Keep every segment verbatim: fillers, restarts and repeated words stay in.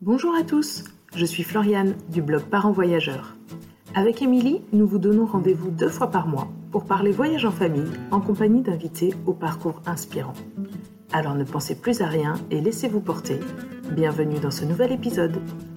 Bonjour à tous, je suis Floriane du blog Parents Voyageurs. Avec Émilie, nous vous donnons rendez-vous deux fois par mois pour parler voyage en famille en compagnie d'invités au parcours inspirant. Alors ne pensez plus à rien et laissez-vous porter. Bienvenue dans ce nouvel épisode.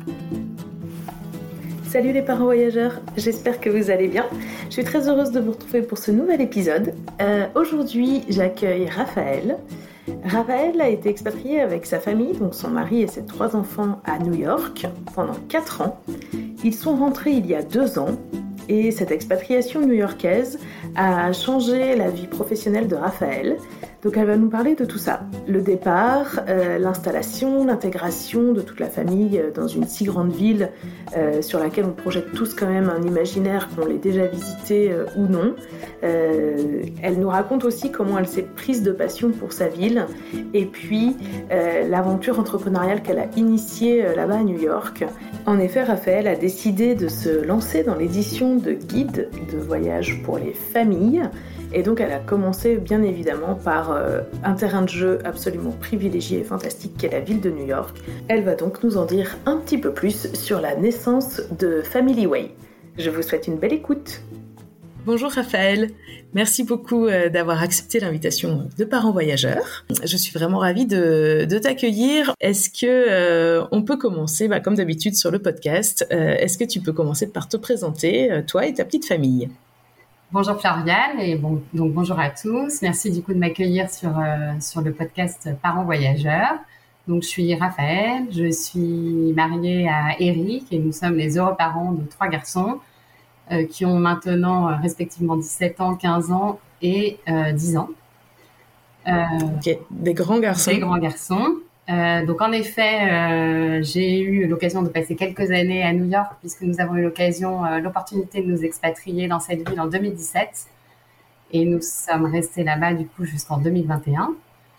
Salut les parents voyageurs, j'espère que vous allez bien. Je suis très heureuse de vous retrouver pour ce nouvel épisode. Euh, aujourd'hui, j'accueille Raphaël. Raphaël a été expatrié avec sa famille, donc son mari et ses trois enfants, à New York pendant quatre ans. Ils sont rentrés il y a deux ans et cette expatriation new-yorkaise a changé la vie professionnelle de Raphaël. Donc elle va nous parler de tout ça. Le départ, euh, l'installation, l'intégration de toute la famille dans une si grande ville euh, sur laquelle on projette tous quand même un imaginaire qu'on l'ait déjà visité euh, ou non. Euh, elle nous raconte aussi comment elle s'est prise de passion pour sa ville et puis euh, l'aventure entrepreneuriale qu'elle a initiée euh, là-bas à New York. En effet, Raphaël a décidé de se lancer dans l'édition de guides de voyage pour les familles. Et donc elle a commencé bien évidemment par euh, un terrain de jeu absolument privilégié et fantastique qu'est la ville de New York. Elle va donc nous en dire un petit peu plus sur la naissance de Family Way. Je vous souhaite une belle écoute. Bonjour Raphaël, merci beaucoup euh, d'avoir accepté l'invitation de Parents Voyageurs. Je suis vraiment ravie de, de t'accueillir. Est-ce que euh, on peut commencer, bah, comme d'habitude sur le podcast, euh, est-ce que tu peux commencer par te présenter, euh, toi et ta petite famille ? Bonjour Floriane et bon, donc bonjour à tous. Merci du coup de m'accueillir sur, euh, sur le podcast Parents Voyageurs. Donc je suis Raphaël, je suis mariée à Eric et nous sommes les heureux parents de trois garçons euh, qui ont maintenant euh, respectivement dix-sept ans, quinze ans et euh, dix ans. Euh, ok, des grands garçons. Des grands garçons. Euh, donc en effet, euh, j'ai eu l'occasion de passer quelques années à New York puisque nous avons eu l'occasion, euh, l'opportunité de nous expatrier dans cette ville en deux mille dix-sept et nous sommes restés là-bas du coup jusqu'en deux mille vingt et un.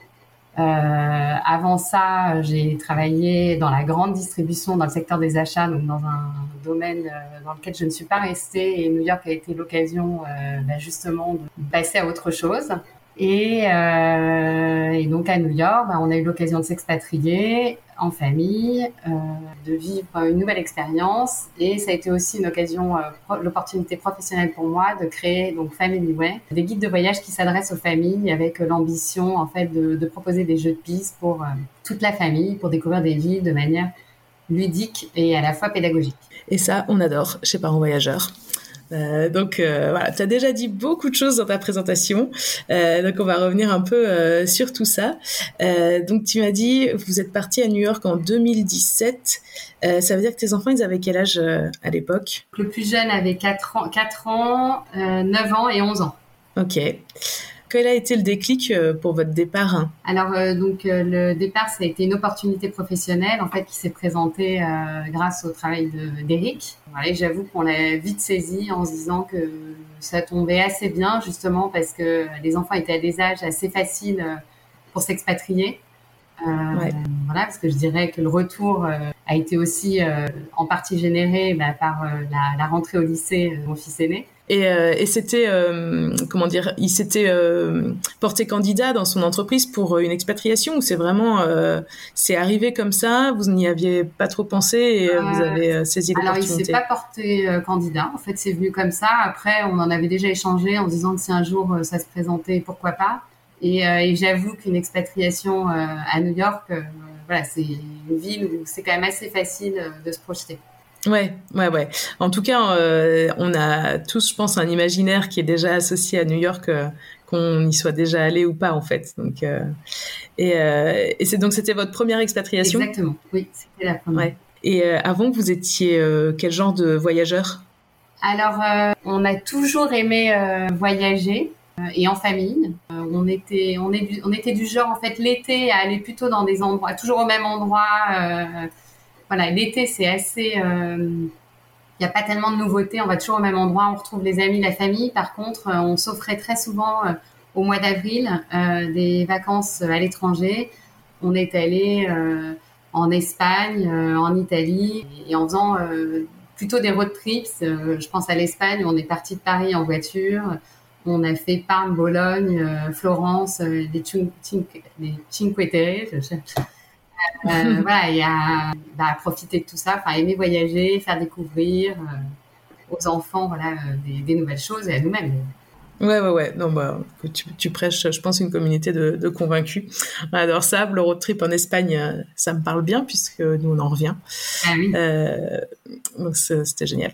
Euh, avant ça, j'ai travaillé dans la grande distribution, dans le secteur des achats, donc dans un domaine euh, dans lequel je ne suis pas restée et New York a été l'occasion euh, bah, justement de passer à autre chose. Et, euh, et donc à New York, bah, on a eu l'occasion de s'expatrier en famille, euh, de vivre une nouvelle expérience. Et ça a été aussi une occasion, euh, pro- l'opportunité professionnelle pour moi de créer donc Family Way, des guides de voyage qui s'adressent aux familles avec l'ambition en fait de, de proposer des jeux de piste pour euh, toute la famille, pour découvrir des villes de manière ludique et à la fois pédagogique. Et ça, on adore chez Parents Voyageurs. Euh, donc euh, voilà, tu as déjà dit beaucoup de choses dans ta présentation, euh, donc on va revenir un peu euh, sur tout ça. Euh, donc tu m'as dit, vous êtes parti à New York en deux mille dix-sept, euh, ça veut dire que tes enfants, ils avaient quel âge euh, à l'époque ? Le plus jeune avait quatre ans, quatre ans euh, neuf ans et onze ans. Ok. Quel a été le déclic pour votre départ hein ? Alors, euh, donc, euh, le départ, ça a été une opportunité professionnelle, en fait, qui s'est présentée euh, grâce au travail de, d'Eric. Voilà, et j'avoue qu'on l'a vite saisi en se disant que ça tombait assez bien, justement, parce que les enfants étaient à des âges assez faciles pour s'expatrier. Euh, ouais. Voilà, parce que je dirais que le retour euh, a été aussi euh, en partie généré bah, par euh, la, la rentrée au lycée de mon fils aîné. Et, euh, et c'était, euh, comment dire, il s'était euh, porté candidat dans son entreprise pour une expatriation ou c'est vraiment, euh, c'est arrivé comme ça, vous n'y aviez pas trop pensé et euh, vous avez saisi l'opportunité ? Alors, il s'est pas porté euh, candidat, en fait, c'est venu comme ça. Après, on en avait déjà échangé en disant que si un jour euh, ça se présentait, pourquoi pas. Et, euh, et j'avoue qu'une expatriation euh, à New York, euh, voilà, c'est une ville où c'est quand même assez facile euh, de se projeter. Ouais, ouais, ouais. En tout cas, euh, on a tous, je pense, un imaginaire qui est déjà associé à New York, euh, qu'on y soit déjà allé ou pas, en fait. Donc, euh, et, euh, et c'est donc c'était votre première expatriation ? Exactement. Oui, c'était la première. Ouais. Et euh, avant, vous étiez euh, quel genre de voyageur ? Alors, euh, on a toujours aimé euh, voyager euh, et en famille. Euh, on était, on est, du, on était du genre en fait l'été à aller plutôt dans des endroits, toujours au même endroit. Euh, Voilà, l'été, c'est assez... Il euh, n'y a pas tellement de nouveautés. On va toujours au même endroit. On retrouve les amis, la famille. Par contre, euh, on s'offrait très souvent, euh, au mois d'avril, euh, des vacances à l'étranger. On est allé euh, en Espagne, euh, en Italie, et en faisant euh, plutôt des road trips. Euh, je pense à l'Espagne. On est parti de Paris en voiture. On a fait Parme, Bologne, euh, Florence, euh, les, Cinque, les Cinque Terre. euh, voilà, et à, bah, à profiter de tout ça, enfin aimer voyager, faire découvrir euh, aux enfants voilà euh, des, des nouvelles choses et à nous-mêmes. Ouais, ouais, ouais. Non, bah, tu, tu prêches, je pense, une communauté de, de convaincus. On adore ça. Le road trip en Espagne, euh, ça me parle bien puisque nous, on en revient. Ah oui. Euh, donc, c'était génial.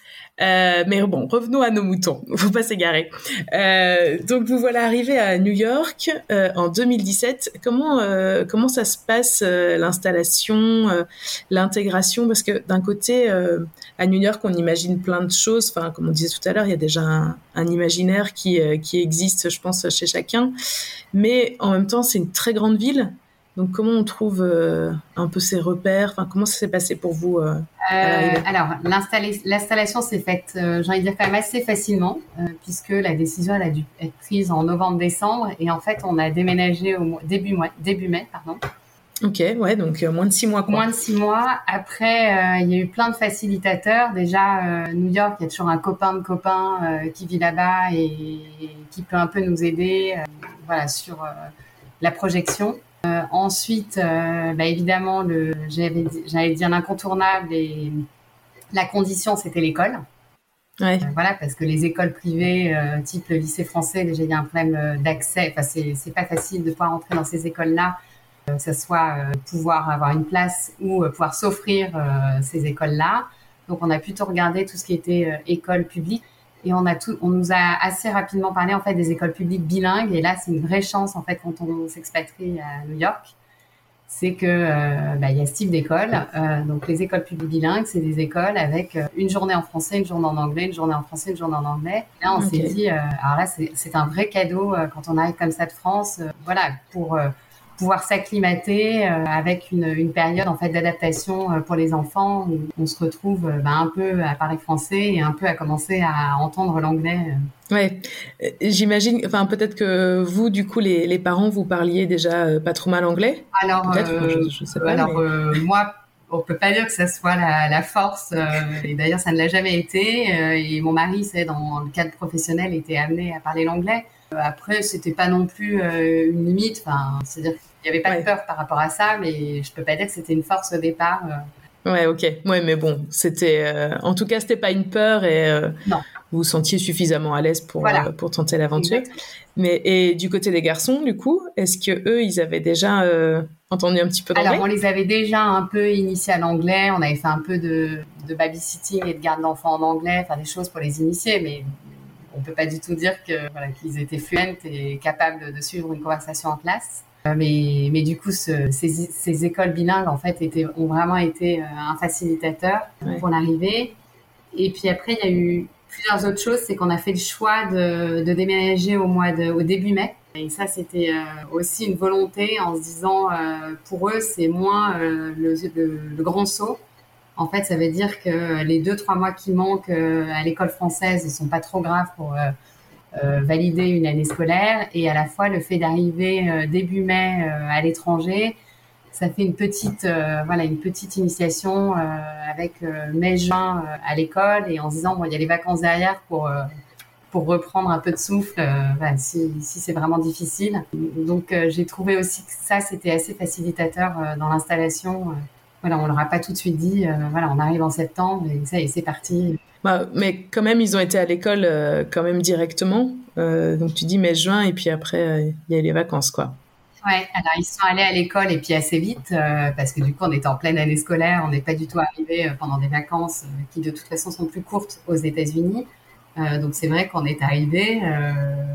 Euh, mais bon, revenons à nos moutons. Faut pas s'égarer. Euh, donc vous voilà arrivé à New York euh, en deux mille dix-sept. Comment euh, comment ça se passe euh, l'installation, euh, l'intégration? Parce que d'un côté, euh, à New York, on imagine plein de choses. Enfin, comme on disait tout à l'heure, il y a déjà un, un imaginaire qui euh, qui existe, je pense, chez chacun. Mais en même temps, c'est une très grande ville. Donc, comment on trouve euh, un peu ses repères? Enfin, comment ça s'est passé pour vous euh, euh, Alors, l'installation s'est faite, euh, j'ai envie de dire, quand même assez facilement, euh, puisque la décision elle a dû être prise en novembre-décembre. Et en fait, on a déménagé au début, mois, début mai. Pardon. Ok, ouais, donc euh, moins de six mois. Quoi. Moins de six mois. Après, euh, il y a eu plein de facilitateurs. Déjà, euh, New York, il y a toujours un copain de copain euh, qui vit là-bas et, et qui peut un peu nous aider euh, voilà, sur euh, la projection. Euh, ensuite, euh, bah, évidemment, le, j'avais, j'allais dire l'incontournable et la condition, c'était l'école. Ouais. Euh, voilà, parce que les écoles privées, euh, type le lycée français, déjà il y a un problème d'accès. Enfin, c'est, c'est pas facile de pouvoir entrer dans ces écoles-là, euh, que ce soit euh, pouvoir avoir une place ou euh, pouvoir s'offrir euh, ces écoles-là. Donc, on a plutôt regardé tout ce qui était euh, école publique. Et on a tout, on nous a assez rapidement parlé en fait des écoles publiques bilingues. Et là, c'est une vraie chance en fait quand on s'expatrie à New York, c'est que euh, bah, il y a ce type d'école. Euh, donc les écoles publiques bilingues, c'est des écoles avec euh, une journée en français, une journée en anglais, une journée en français, une journée en anglais. Là, on okay. s'est dit, euh, alors là, c'est, c'est un vrai cadeau euh, quand on arrive comme ça de France, euh, voilà, pour euh, pouvoir s'acclimater euh, avec une, une période en fait d'adaptation euh, pour les enfants où on se retrouve euh, bah, un peu à parler français et un peu à commencer à entendre l'anglais. Euh. Ouais, j'imagine. Enfin, peut-être que vous, du coup, les, les parents, vous parliez déjà euh, pas trop mal anglais. Alors, peut-être. Euh, enfin, je, je sais pas. Alors, mais... euh, moi, on peut pas dire que ça soit la, la force. Euh, et d'ailleurs, ça ne l'a jamais été. Euh, et mon mari, c'est dans le cadre professionnel, était amené à parler l'anglais. Euh, après, c'était pas non plus euh, une limite. Enfin, c'est-à-dire qu'il y avait pas ouais. de peur par rapport à ça, mais je peux pas dire que c'était une force au départ. Euh. Ouais, ok. Ouais, mais bon, c'était. Euh, en tout cas, c'était pas une peur et. Euh, non. Vous vous sentiez suffisamment à l'aise pour voilà. euh, pour tenter l'aventure. Exactement. Mais et du côté des garçons, du coup, est-ce que eux, ils avaient déjà euh, entendu un petit peu d'anglais? Alors, on les avait déjà un peu initiés à l'anglais. On avait fait un peu de, de babysitting et de garde d'enfants en anglais, faire des choses pour les initier, mais on peut pas du tout dire que voilà qu'ils étaient fluents et capables de suivre une conversation en classe. Mais, mais du coup, ce, ces, ces écoles bilingues, en fait, étaient, ont vraiment été un facilitateur ouais. pour l'arrivée. Et puis après, il y a eu plusieurs autres choses. C'est qu'on a fait le choix de, de déménager au, mois de, au début mai. Et ça, c'était euh, aussi une volonté en se disant, euh, pour eux, c'est moins euh, le, le, le grand saut. En fait, ça veut dire que les deux, trois mois qui manquent euh, à l'école française ne sont pas trop graves pour... Euh, Euh, valider une année scolaire et à la fois le fait d'arriver euh, début mai euh, à l'étranger, ça fait une petite euh, voilà une petite initiation euh, avec euh, mai-juin euh, à l'école et en se disant bon il y a les vacances derrière pour euh, pour reprendre un peu de souffle euh, voilà, si si c'est vraiment difficile. Donc euh, j'ai trouvé aussi que ça c'était assez facilitateur euh, dans l'installation. Euh, voilà, on leur a pas tout de suite dit euh, voilà on arrive en septembre et ça y est c'est parti. Bah, mais quand même, ils ont été à l'école euh, quand même directement. Euh, donc tu dis mai-juin et puis après, il euh, y a les vacances, quoi. Ouais, alors ils sont allés à l'école et puis assez vite euh, parce que du coup, on était en pleine année scolaire. On n'est pas du tout arrivé euh, pendant des vacances euh, qui de toute façon sont plus courtes aux États-Unis. Euh, donc c'est vrai qu'on est arrivé. Euh...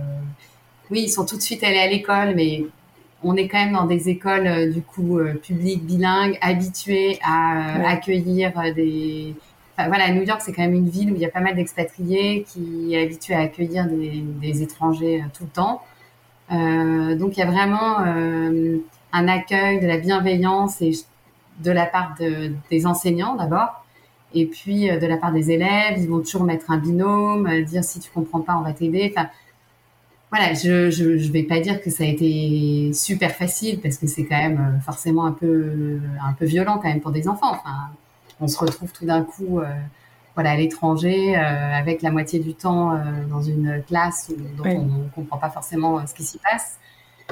Oui, ils sont tout de suite allés à l'école, mais on est quand même dans des écoles euh, du coup euh, publiques, bilingues, habituées à euh, ouais. accueillir euh, des Enfin, voilà, New York, c'est quand même une ville où il y a pas mal d'expatriés qui est habitué à accueillir des, des étrangers tout le temps. Euh, donc, il y a vraiment euh, un accueil, de la bienveillance et de la part de, des enseignants d'abord. Et puis, de la part des élèves, ils vont toujours mettre un binôme, dire si tu comprends pas, on va t'aider. Enfin, voilà, je, je, je vais pas dire que ça a été super facile parce que c'est quand même forcément un peu, un peu violent quand même pour des enfants. Enfin, on se retrouve tout d'un coup euh, voilà, à l'étranger euh, avec la moitié du temps euh, dans une classe où, dont oui. on ne comprend pas forcément euh, ce qui s'y passe.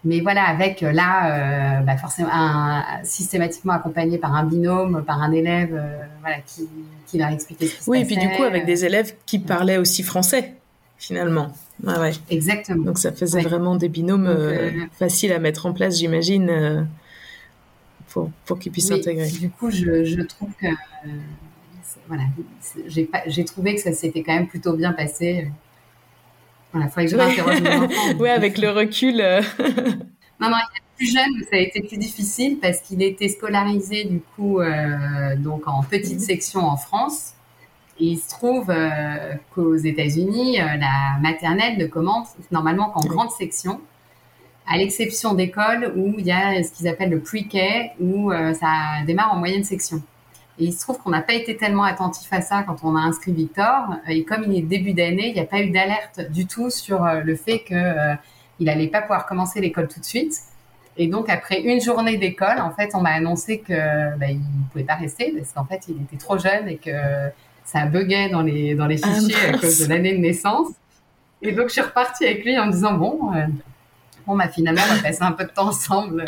Mais voilà, avec là, euh, bah forcément, un, systématiquement accompagné par un binôme, par un élève, euh, voilà, qui, qui leur expliquait ce qui se oui, passait. Oui, et puis du coup, avec des élèves qui parlaient aussi français, finalement. Ah ouais. Exactement. Donc ça faisait ouais. vraiment des binômes Donc, euh, euh, faciles à mettre en place, j'imagine, euh, pour, pour qu'ils puissent oui, s'intégrer. Du coup, je, je trouve que euh, voilà, j'ai, pas, j'ai trouvé que ça s'était quand même plutôt bien passé. Voilà, il faudrait que je réinterroge mes enfants. Oui, avec le recul. Euh... non, non, il est plus jeune, ça a été plus difficile parce qu'il était scolarisé du coup euh, donc en petite section en France. Et il se trouve euh, qu'aux États-Unis, euh, la maternelle ne commence normalement qu'en oui. grande section, à l'exception d'écoles où il y a ce qu'ils appellent le pre-K, où euh, ça démarre en moyenne section. Et il se trouve qu'on n'a pas été tellement attentif à ça quand on a inscrit Victor. Et comme il est début d'année, il n'y a pas eu d'alerte du tout sur euh, le fait qu'il euh, n'allait pas pouvoir commencer l'école tout de suite. Et donc, après une journée d'école, en fait, on m'a annoncé qu'il bah, ne pouvait pas rester parce qu'en fait, il était trop jeune et que ça buguait dans les, dans les fichiers ah, à cause de l'année de naissance. Et donc, je suis repartie avec lui en me disant, bon, euh, bon bah, finalement, on va passer un peu de temps ensemble.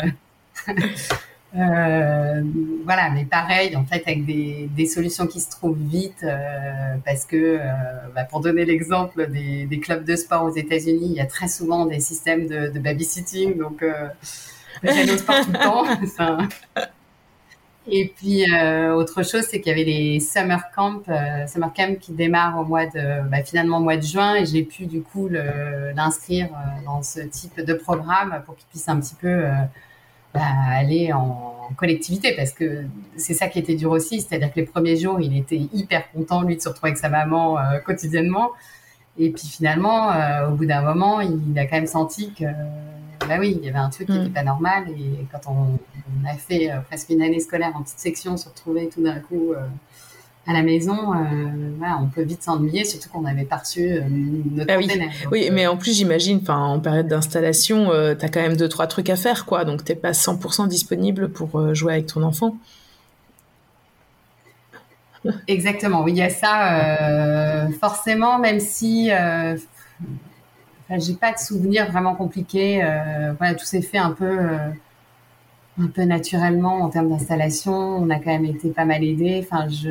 euh, voilà, mais pareil, en fait, avec des, des solutions qui se trouvent vite, euh, parce que, euh, bah, pour donner l'exemple des, des clubs de sport aux États-Unis, il y a très souvent des systèmes de, de babysitting, donc euh, j'allais au sport tout le temps. Enfin, et puis, euh, autre chose, c'est qu'il y avait les summer camp, euh, summer camp qui démarrent au mois de, bah, finalement, au mois de juin, et j'ai pu, du coup, le, l'inscrire euh, dans ce type de programme pour qu'il puisse un petit peu euh, bah, aller en collectivité, parce que c'est ça qui était dur aussi, c'est-à-dire que les premiers jours, il était hyper content, lui, de se retrouver avec sa maman euh, quotidiennement, et puis finalement, euh, au bout d'un moment, il a quand même senti que bah oui, il y avait un truc qui n'était mmh. pas normal, et quand on, on a fait euh, presque une année scolaire en petite section, se retrouver tout d'un coup euh, à la maison, euh, voilà, on peut vite s'ennuyer, surtout qu'on n'avait pas reçu euh, notre ah container. Oui, donc, oui euh, mais en plus, j'imagine, en période d'installation, euh, tu as quand même deux, trois trucs à faire, quoi, donc tu n'es pas cent pour cent disponible pour euh, jouer avec ton enfant. Exactement, oui, il y a ça, euh, forcément, même si... Euh, Enfin, j'ai pas de souvenirs vraiment compliqués. Euh, voilà, tout s'est fait un peu, euh, un peu naturellement en termes d'installation. On a quand même été pas mal aidés. Enfin, je,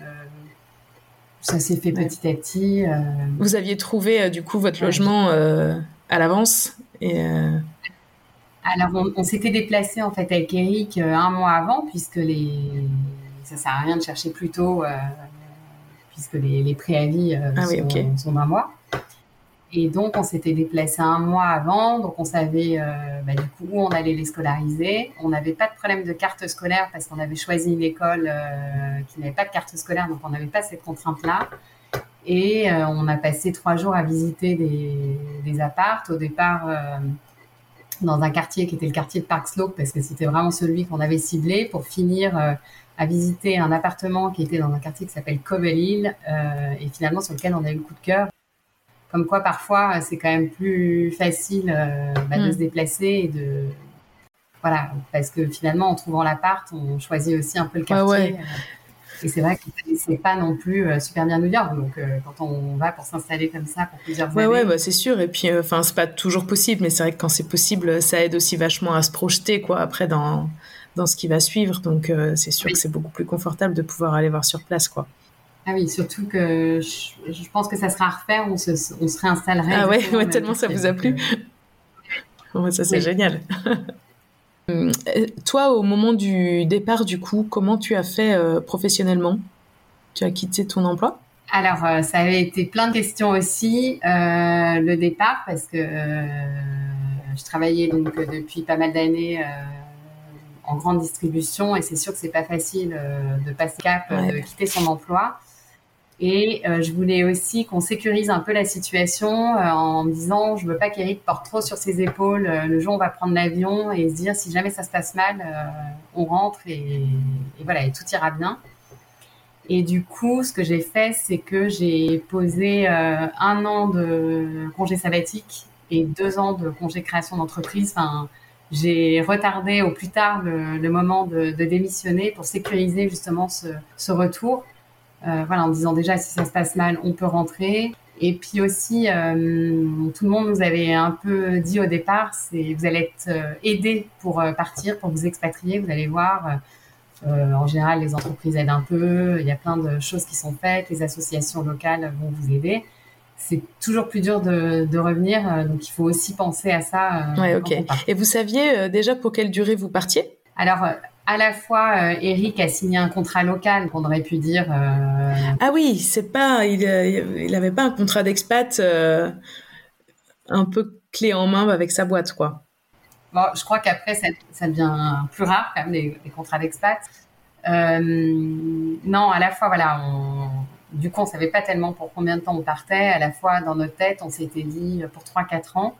ça s'est fait ouais. petit à petit. Euh... Vous aviez trouvé euh, du coup votre ouais, logement euh, à l'avance et euh... Alors, on, on s'était déplacé en fait avec Eric euh, un mois avant, puisque les, ça sert à rien de chercher plus tôt, euh, puisque les, les préavis euh, ah, sont, oui, okay. sont d'un mois. Et donc, on s'était déplacé un mois avant. Donc, on savait euh, bah, du coup où on allait les scolariser. On n'avait pas de problème de carte scolaire parce qu'on avait choisi une école euh, qui n'avait pas de carte scolaire. Donc, on n'avait pas cette contrainte-là. Et euh, on a passé trois jours à visiter des, des appartes. Au départ, euh, dans un quartier qui était le quartier de Park Slope parce que c'était vraiment celui qu'on avait ciblé, pour finir euh, à visiter un appartement qui était dans un quartier qui s'appelle Cobble Hill euh, et finalement sur lequel on a eu le coup de cœur. Comme quoi, parfois, c'est quand même plus facile euh, bah, de mmh. se déplacer et de... Voilà, parce que finalement, en trouvant l'appart, on choisit aussi un peu le quartier. Ah ouais. Et c'est vrai que c'est pas non plus euh, super bien New York. Donc, euh, quand on va pour s'installer comme ça pour plusieurs ouais, années... Ouais, bah, c'est sûr. Et puis, enfin, euh, c'est pas toujours possible, mais c'est vrai que quand c'est possible, ça aide aussi vachement à se projeter, quoi, après, dans, dans ce qui va suivre. Donc, euh, c'est sûr oui. que c'est beaucoup plus confortable de pouvoir aller voir sur place, quoi. Ah oui, surtout que je, je pense que ça sera à refaire, on se, on se réinstallerait. Ah ouais, ouais tellement ça vous a plu. Ouais, ça, c'est oui. génial. Toi, au moment du départ, du coup, comment tu as fait euh, professionnellement ? Tu as quitté ton emploi ? Alors, euh, ça avait été plein de questions aussi, euh, le départ, parce que euh, je travaillais donc depuis pas mal d'années euh, en grande distribution, et c'est sûr que c'est pas facile euh, de passer cap, ouais. de quitter son emploi. Et euh, je voulais aussi qu'on sécurise un peu la situation euh, en me disant, je veux pas qu'Eric porte trop sur ses épaules euh, le jour où on va prendre l'avion et se dire, si jamais ça se passe mal, euh, on rentre et, et voilà, et tout ira bien. Et du coup, ce que j'ai fait, c'est que j'ai posé euh, un an de congé sabbatique et deux ans de congé création d'entreprise. Enfin, j'ai retardé au plus tard le, le moment de, de démissionner pour sécuriser justement ce, ce retour. euh, voilà, en disant déjà si ça se passe mal, on peut rentrer. Et puis aussi, euh, tout le monde nous avait un peu dit au départ, c'est vous allez être euh, aidés pour euh, partir, pour vous expatrier. Vous allez voir, euh, en général, les entreprises aident un peu. Il y a plein de choses qui sont faites. Les associations locales vont vous aider. C'est toujours plus dur de, de revenir, euh, donc il faut aussi penser à ça. Euh, ouais, ok. Et vous saviez euh, déjà pour quelle durée vous partiez ? Alors, euh, à la fois, euh, Eric a signé un contrat local qu'on aurait pu dire. Euh... Ah oui, c'est pas, il, il avait pas un contrat d'expat euh, un peu clé en main avec sa boîte, quoi. Bon, je crois qu'après ça, ça devient plus rare quand même les, les contrats d'expat. Euh, non, à la fois, voilà, on, du coup, on savait pas tellement pour combien de temps on partait. À la fois, dans notre tête, on s'était dit pour trois quatre ans.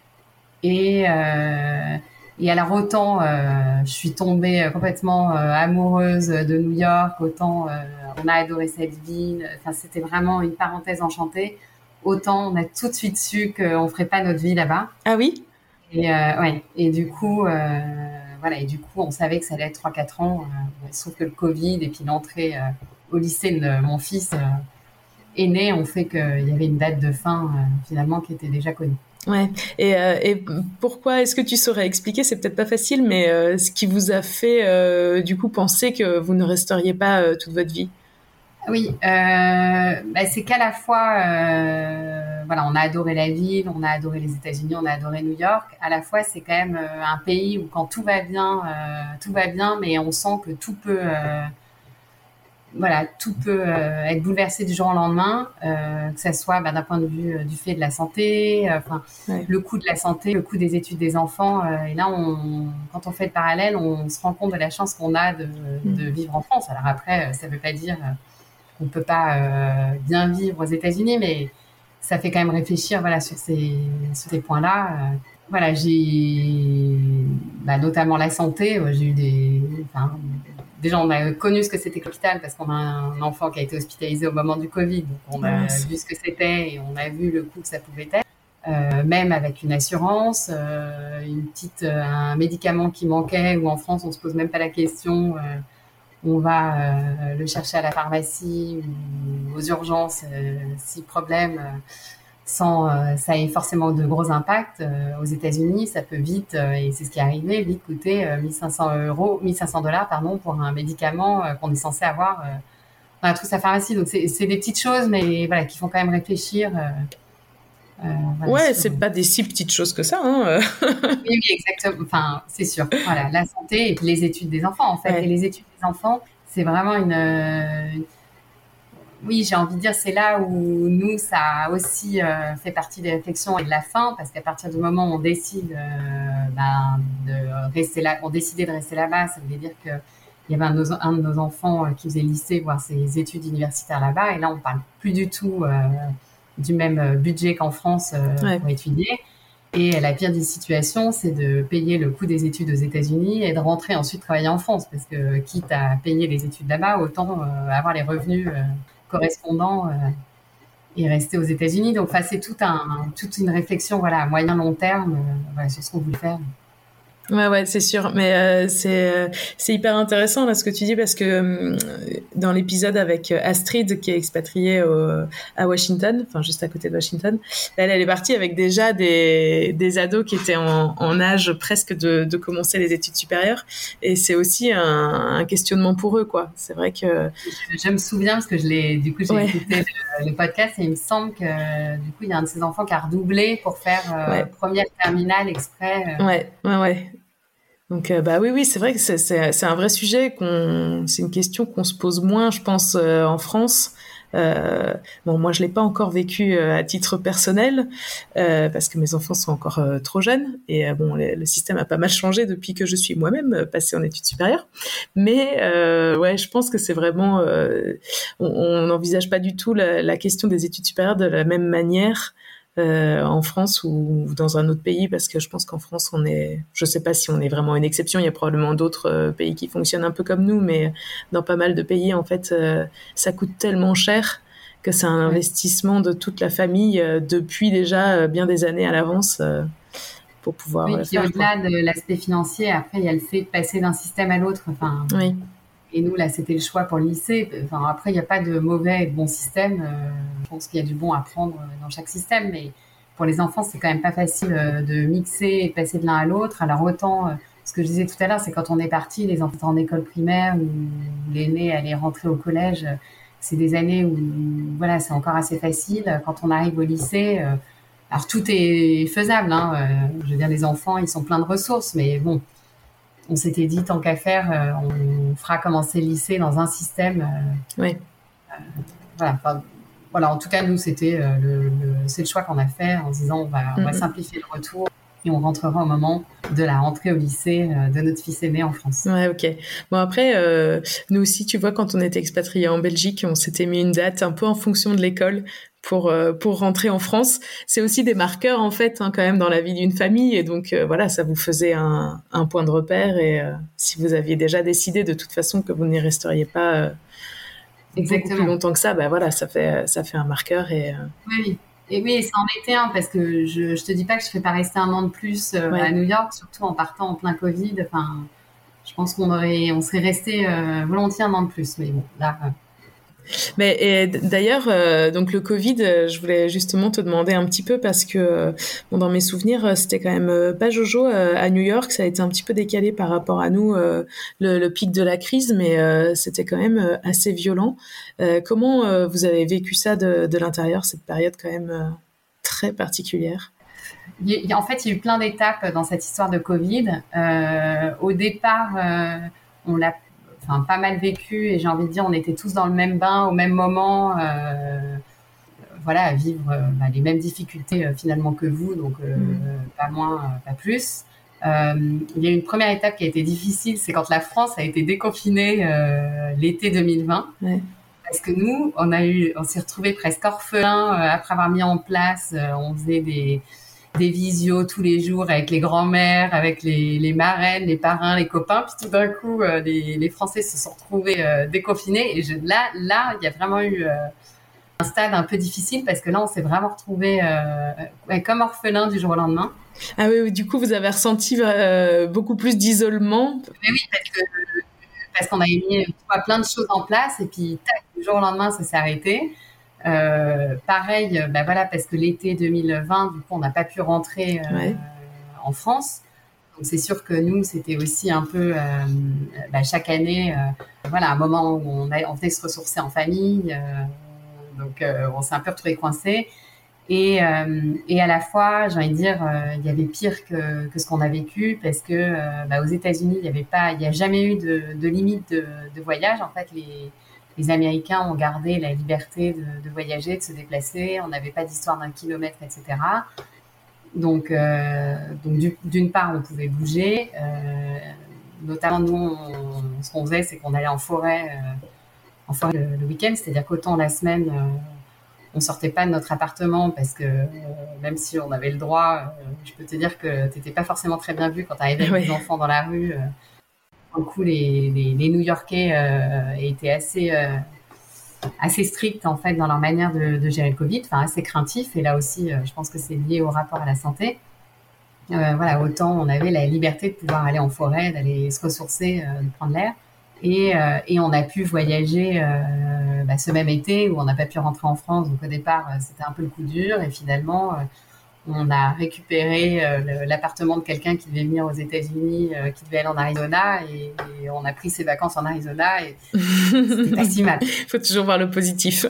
Et euh, Et alors autant euh, je suis tombée complètement euh, amoureuse de New York, autant euh, on a adoré cette ville. Enfin, c'était vraiment une parenthèse enchantée. Autant on a tout de suite su qu'on ferait pas notre vie là-bas. Ah oui. Et euh, ouais. Et du coup, euh, voilà. Et du coup, on savait que ça allait être trois quatre ans. Euh, sauf que le Covid et puis l'entrée euh, au lycée de mon fils euh, aîné ont fait qu'il y avait une date de fin euh, finalement qui était déjà connue. Ouais. Et, euh, et pourquoi est-ce que tu saurais expliquer ? C'est peut-être pas facile, mais euh, ce qui vous a fait euh, du coup penser que vous ne resteriez pas euh, toute votre vie ? Oui, euh, bah, c'est qu'à la fois, euh, voilà, on a adoré la ville, on a adoré les États-Unis, on a adoré New York. À la fois, c'est quand même euh, un pays où quand tout va bien, euh, tout va bien, mais on sent que tout peut, euh, voilà, tout peut euh, être bouleversé du jour au lendemain, euh, que ça soit bah, d'un point de vue euh, du fait de la santé, enfin, euh, ouais. le coût de la santé, le coût des études des enfants. Euh, et là, on, quand on fait le parallèle, on se rend compte de la chance qu'on a de, de vivre en France. Alors après, ça ne veut pas dire euh, qu'on ne peut pas euh, bien vivre aux États-Unis, mais ça fait quand même réfléchir, voilà, sur ces, sur ces points-là. Euh, voilà, j'ai bah, notamment la santé. J'ai eu des, enfin, déjà, on a connu ce que c'était que l'hôpital parce qu'on a un enfant qui a été hospitalisé au moment du Covid. Donc, on a oui. vu ce que c'était et on a vu le coût que ça pouvait être. Euh, même avec une assurance, euh, une petite, euh, un médicament qui manquait ou en France, on se pose même pas la question. Euh, on va euh, le chercher à la pharmacie ou aux urgences euh, si problème. Euh, sans euh, ça ait forcément de gros impacts. Euh, aux États-Unis, ça peut vite, euh, et c'est ce qui est arrivé, vite coûter euh, mille cinq cents euros, mille cinq cents dollars, pardon, pour un médicament euh, qu'on est censé avoir euh, dans la trousse à pharmacie. Donc c'est, c'est des petites choses, mais voilà, qui font quand même réfléchir. Euh, euh, voilà, ouais, sur... c'est pas des si petites choses que ça. Hein. oui, oui, exactement. Enfin, c'est sûr. Voilà, la santé et puis les études des enfants, en fait. Ouais. Et les études des enfants, c'est vraiment une. Euh, Oui, j'ai envie de dire, c'est là où nous, ça a aussi euh, fait partie des réflexions et de la fin, parce qu'à partir du moment où on décide euh, ben, de rester là, on décidait de rester là-bas, ça voulait dire que il y avait un de nos, un de nos enfants qui faisait lycée, voire ses études universitaires là-bas, et là, on parle plus du tout euh, du même budget qu'en France euh, ouais. pour étudier. Et la pire des situations, c'est de payer le coût des études aux États-Unis et de rentrer ensuite travailler en France, parce que quitte à payer les études là-bas, autant euh, avoir les revenus euh, correspondant euh, et rester aux États-Unis. Donc, enfin, c'est tout un, toute une réflexion, voilà, à moyen long terme, euh, voilà, sur ce qu'on voulait faire. Ouais, ouais, c'est sûr. Mais euh, c'est euh, c'est hyper intéressant là ce que tu dis parce que euh, dans l'épisode avec Astrid qui est expatriée au, à Washington, enfin juste à côté de Washington, elle, elle est partie avec déjà des des ados qui étaient en, en âge presque de de commencer les études supérieures. Et c'est aussi un, un questionnement pour eux, quoi. C'est vrai que je, je me souviens parce que je l'ai, du coup, j'ai ouais. écouté le, le podcast et il me semble que du coup il y a un de ses enfants qui a redoublé pour faire euh, ouais. première terminale exprès. Euh... Ouais, ouais, ouais. Donc euh, bah oui oui c'est vrai que c'est c'est c'est un vrai sujet qu'on c'est une question qu'on se pose moins je pense euh, en France. Euh, bon moi je l'ai pas encore vécu euh, à titre personnel euh, parce que mes enfants sont encore euh, trop jeunes et euh, bon le, le système a pas mal changé depuis que je suis moi-même euh, passée en études supérieures. Mais euh, ouais je pense que c'est vraiment euh, on n'envisage pas du tout la, la question des études supérieures de la même manière. Euh, en France ou dans un autre pays parce que je pense qu'en France on est, je sais pas si on est vraiment une exception, il y a probablement d'autres euh, pays qui fonctionnent un peu comme nous, mais dans pas mal de pays en fait euh, ça coûte tellement cher que c'est un ouais. investissement de toute la famille euh, depuis déjà euh, bien des années à l'avance euh, pour pouvoir oui, euh, puis faire au-delà quoi. De l'aspect financier, après il y a le fait de passer d'un système à l'autre, enfin oui. Et nous, là, c'était le choix pour le lycée. Enfin, après, il n'y a pas de mauvais et de bon système. Euh, je pense qu'il y a du bon à prendre dans chaque système, mais pour les enfants, c'est quand même pas facile euh, de mixer et de passer de l'un à l'autre. Alors autant, euh, ce que je disais tout à l'heure, c'est quand on est parti, les enfants en école primaire ou l'aîné allait rentrer au collège, c'est des années où, voilà, c'est encore assez facile. Quand on arrive au lycée, euh, alors tout est faisable, hein. Euh, je veux dire, les enfants, ils sont pleins de ressources, mais bon, on s'était dit, tant qu'à faire, euh, on fera commencer le lycée dans un système. Euh, Oui. Euh, voilà, enfin, voilà, en tout cas, nous, c'était euh, le, le, c'est le choix qu'on a fait en se disant on va, on va Mhm. simplifier le retour et on rentrera au moment de la rentrée au lycée euh, de notre fils aîné en France. Ouais, ok. Bon, après, euh, nous aussi, tu vois, quand on était expatriés en Belgique, on s'était mis une date un peu en fonction de l'école pour euh, pour rentrer en France. C'est aussi des marqueurs, en fait, hein, quand même, dans la vie d'une famille. Et donc, euh, voilà, ça vous faisait un, un point de repère. Et euh, si vous aviez déjà décidé, de toute façon, que vous n'y resteriez pas euh, beaucoup plus longtemps que ça, bah voilà, ça fait, ça fait un marqueur. Et, euh... Oui, oui. Et oui, ça en était un, parce que je, je te dis pas que je ne serais pas rester un an de plus euh, Ouais. à New York, surtout en partant en plein Covid. Enfin, je pense qu'on aurait, on serait resté euh, volontiers un an de plus. Mais bon, là. Euh... Mais et d'ailleurs, euh, donc le Covid, euh, je voulais justement te demander un petit peu parce que, euh, bon, dans mes souvenirs, c'était quand même euh, pas jojo euh, à New York. Ça a été un petit peu décalé par rapport à nous, euh, le, le pic de la crise, mais euh, c'était quand même euh, assez violent. Euh, comment euh, vous avez vécu ça de, de l'intérieur, cette période quand même euh, très particulière? Il y a, en fait, il y a eu plein d'étapes dans cette histoire de Covid. Euh, au départ, euh, on l'a enfin, pas mal vécu et j'ai envie de dire, on était tous dans le même bain au même moment, euh, voilà, à vivre euh, bah, les mêmes difficultés euh, finalement que vous, donc euh, mmh. pas moins, euh, pas plus. Euh, il y a eu une première étape qui a été difficile, c'est quand la France a été déconfinée euh, l'été deux mille vingt. Ouais. Parce que nous, on a eu, on s'est retrouvés presque orphelins euh, après avoir mis en place, euh, on faisait des des visios tous les jours avec les grands-mères, avec les, les marraines, les parrains, les copains. Puis tout d'un coup, euh, les, les Français se sont retrouvés euh, déconfinés. Et je, là, là, il y a vraiment eu euh, un stade un peu difficile parce que là, on s'est vraiment retrouvés euh, comme orphelins du jour au lendemain. Ah oui, oui, du coup, vous avez ressenti euh, beaucoup plus d'isolement. Mais oui, parce que parce qu'on avait mis vois, plein de choses en place et puis tac, du jour au lendemain, ça s'est arrêté. Euh, pareil, bah voilà, parce que l'été deux mille vingt, du coup, on n'a pas pu rentrer euh, ouais. en France. Donc, c'est sûr que nous, c'était aussi un peu, euh, bah, chaque année, euh, voilà, un moment où on, a, on venait se ressourcer en famille. Euh, donc, euh, on s'est un peu retrouvés coincés. Et, euh, et à la fois, j'ai envie de dire, euh, il y avait pire que, que ce qu'on a vécu parce que euh, bah, aux États-Unis, il y avait pas, il n'y a jamais eu de, de limite de, de voyage. En fait, les Les Américains ont gardé la liberté de, de voyager, de se déplacer. On n'avait pas d'histoire d'un kilomètre, et cetera. Donc, euh, donc du, d'une part, on pouvait bouger. Euh, notamment, nous, on, ce qu'on faisait, c'est qu'on allait en forêt, euh, en forêt le, le week-end. C'est-à-dire qu'autant la semaine, euh, on ne sortait pas de notre appartement parce que euh, même si on avait le droit, euh, je peux te dire que tu n'étais pas forcément très bien vu quand tu arrivais avec ouais. des enfants dans la rue. Euh, Du coup, les, les, les New-Yorkais euh, étaient assez, euh, assez stricts en fait dans leur manière de, de gérer le Covid, enfin assez craintifs. Et là aussi, euh, je pense que c'est lié au rapport à la santé. Euh, voilà, autant on avait la liberté de pouvoir aller en forêt, d'aller se ressourcer, euh, de prendre l'air. Et, euh, et on a pu voyager euh, bah, ce même été où on n'a pas pu rentrer en France. Donc au départ, euh, c'était un peu le coup dur. Et finalement, euh, on a récupéré euh, le, l'appartement de quelqu'un qui devait venir aux États-Unis, euh, qui devait aller en Arizona, et, et on a pris ses vacances en Arizona, et c'était pas si mal. Il faut toujours voir le positif.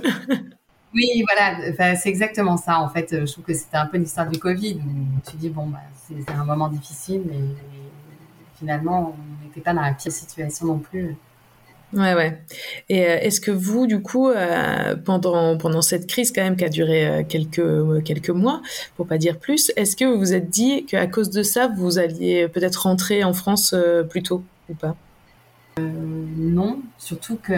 Oui, voilà, enfin, c'est exactement ça. En fait, je trouve que c'était un peu l'histoire du Covid, où tu dis, bon, bah, c'est, c'est un moment difficile, mais, mais finalement, on n'était pas dans la pire situation non plus. Ouais, ouais. Et euh, est-ce que vous, du coup, euh, pendant pendant cette crise quand même qui a duré euh, quelques quelques mois, pour pas dire plus, est-ce que vous vous êtes dit qu'à cause de ça, vous alliez peut-être rentrer en France euh, plus tôt ou pas? euh, Non, surtout que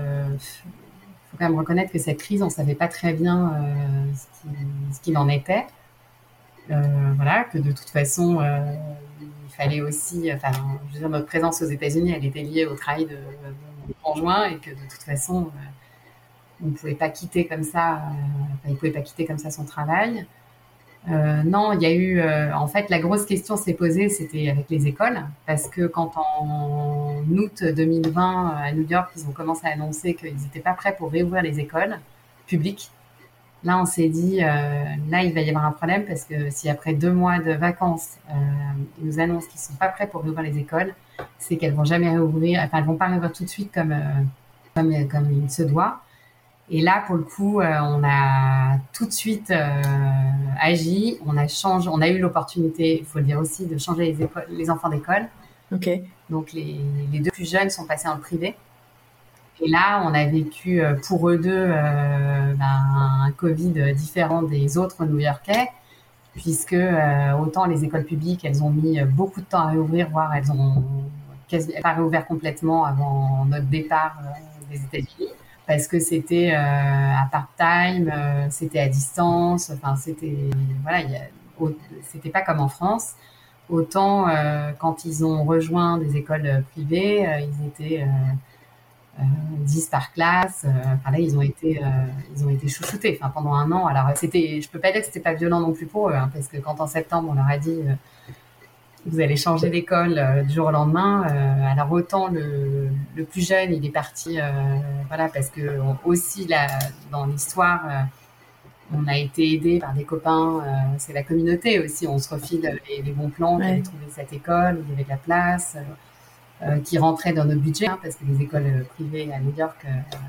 faut quand même reconnaître que cette crise, on savait pas très bien euh, ce, qui, ce qu'il en était. Euh, voilà, que de toute façon, euh, il fallait aussi, enfin, je veux dire, notre présence aux États-Unis, elle était liée au travail de, de mon conjoint et que de toute façon, euh, on ne pouvait pas quitter comme ça, euh, enfin, il ne pouvait pas quitter comme ça son travail. Euh, non, il y a eu, euh, en fait, la grosse question s'est posée, c'était avec les écoles, parce que quand en août deux mille vingt, à New York, ils ont commencé à annoncer qu'ils n'étaient pas prêts pour réouvrir les écoles publiques. Là, on s'est dit, euh, là, il va y avoir un problème, parce que si après deux mois de vacances, euh, ils nous annoncent qu'ils sont pas prêts pour réouvrir les écoles, c'est qu'elles vont jamais réouvrir, enfin, elles vont pas réouvrir tout de suite comme, euh, comme, comme il se doit. Et là, pour le coup, euh, on a tout de suite euh, agi. On a changé, on a eu l'opportunité, il faut le dire aussi, de changer les, écoles, les enfants d'école. Ok. Donc les, les deux plus jeunes sont passés en privé. Et là, on a vécu euh, pour eux deux euh, ben, un Covid différent des autres New-Yorkais, puisque euh, autant les écoles publiques, elles ont mis beaucoup de temps à réouvrir, voire elles ont quasi pas réouvert complètement avant notre départ euh, des États-Unis. Parce que c'était euh, à part-time, euh, c'était à distance, enfin c'était voilà, y a, au, c'était pas comme en France. Autant euh, quand ils ont rejoint des écoles privées, euh, ils étaient euh, euh, dix par classe. Euh, enfin là, ils ont été euh, ils ont été chouchoutés. Enfin pendant un an. Alors c'était, je peux pas dire que c'était pas violent non plus pour eux, hein, parce que quand en septembre on leur a dit euh, vous allez changer d'école euh, du jour au lendemain. Euh, alors autant le, le plus jeune, il est parti, euh, voilà, parce que on, aussi là, dans l'histoire, euh, on a été aidé par des copains. Euh, c'est la communauté aussi. On se refile les, les bons plans. Ouais. Qui avaient trouvé cette école, où il y avait de la place, euh, qui rentrait dans notre budget, hein, parce que les écoles privées à New York, euh,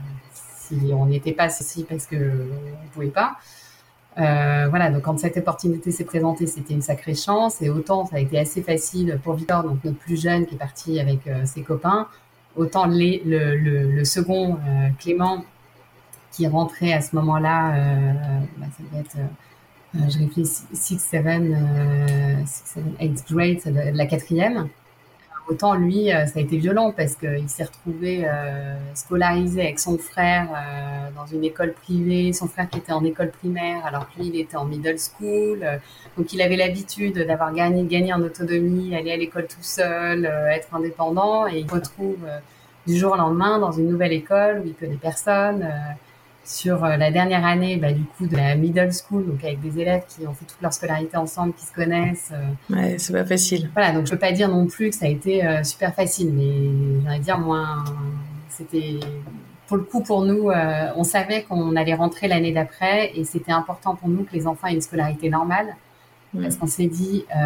si on n'y était pas, c'est aussi parce que on pouvait pas. Euh, voilà, donc quand cette opportunité s'est présentée, c'était une sacrée chance, et autant ça a été assez facile pour Victor, donc notre plus jeune qui est parti avec euh, ses copains, autant les, le, le, le second, euh, Clément, qui rentrait à ce moment-là, euh, bah, ça doit être, euh, je réfléchis, six, sept, eighth grade, c'est la, la quatrième. Autant lui, ça a été violent parce qu'il s'est retrouvé euh, scolarisé avec son frère euh, dans une école privée, son frère qui était en école primaire alors que lui, il était en middle school. Euh, donc, il avait l'habitude d'avoir gagné, gagné en autonomie, aller à l'école tout seul, euh, être indépendant, et il se retrouve euh, du jour au lendemain dans une nouvelle école où il connaît personne. Euh, sur euh, la dernière année, bah, du coup, de la middle school, donc avec des élèves qui ont fait toute leur scolarité ensemble, qui se connaissent. Euh, ouais, c'est pas facile. Voilà, donc je peux pas dire non plus que ça a été euh, super facile, mais j'allais dire, moins, c'était, pour le coup, pour nous, euh, on savait qu'on allait rentrer l'année d'après, et c'était important pour nous que les enfants aient une scolarité normale, mmh. parce qu'on s'est dit, euh,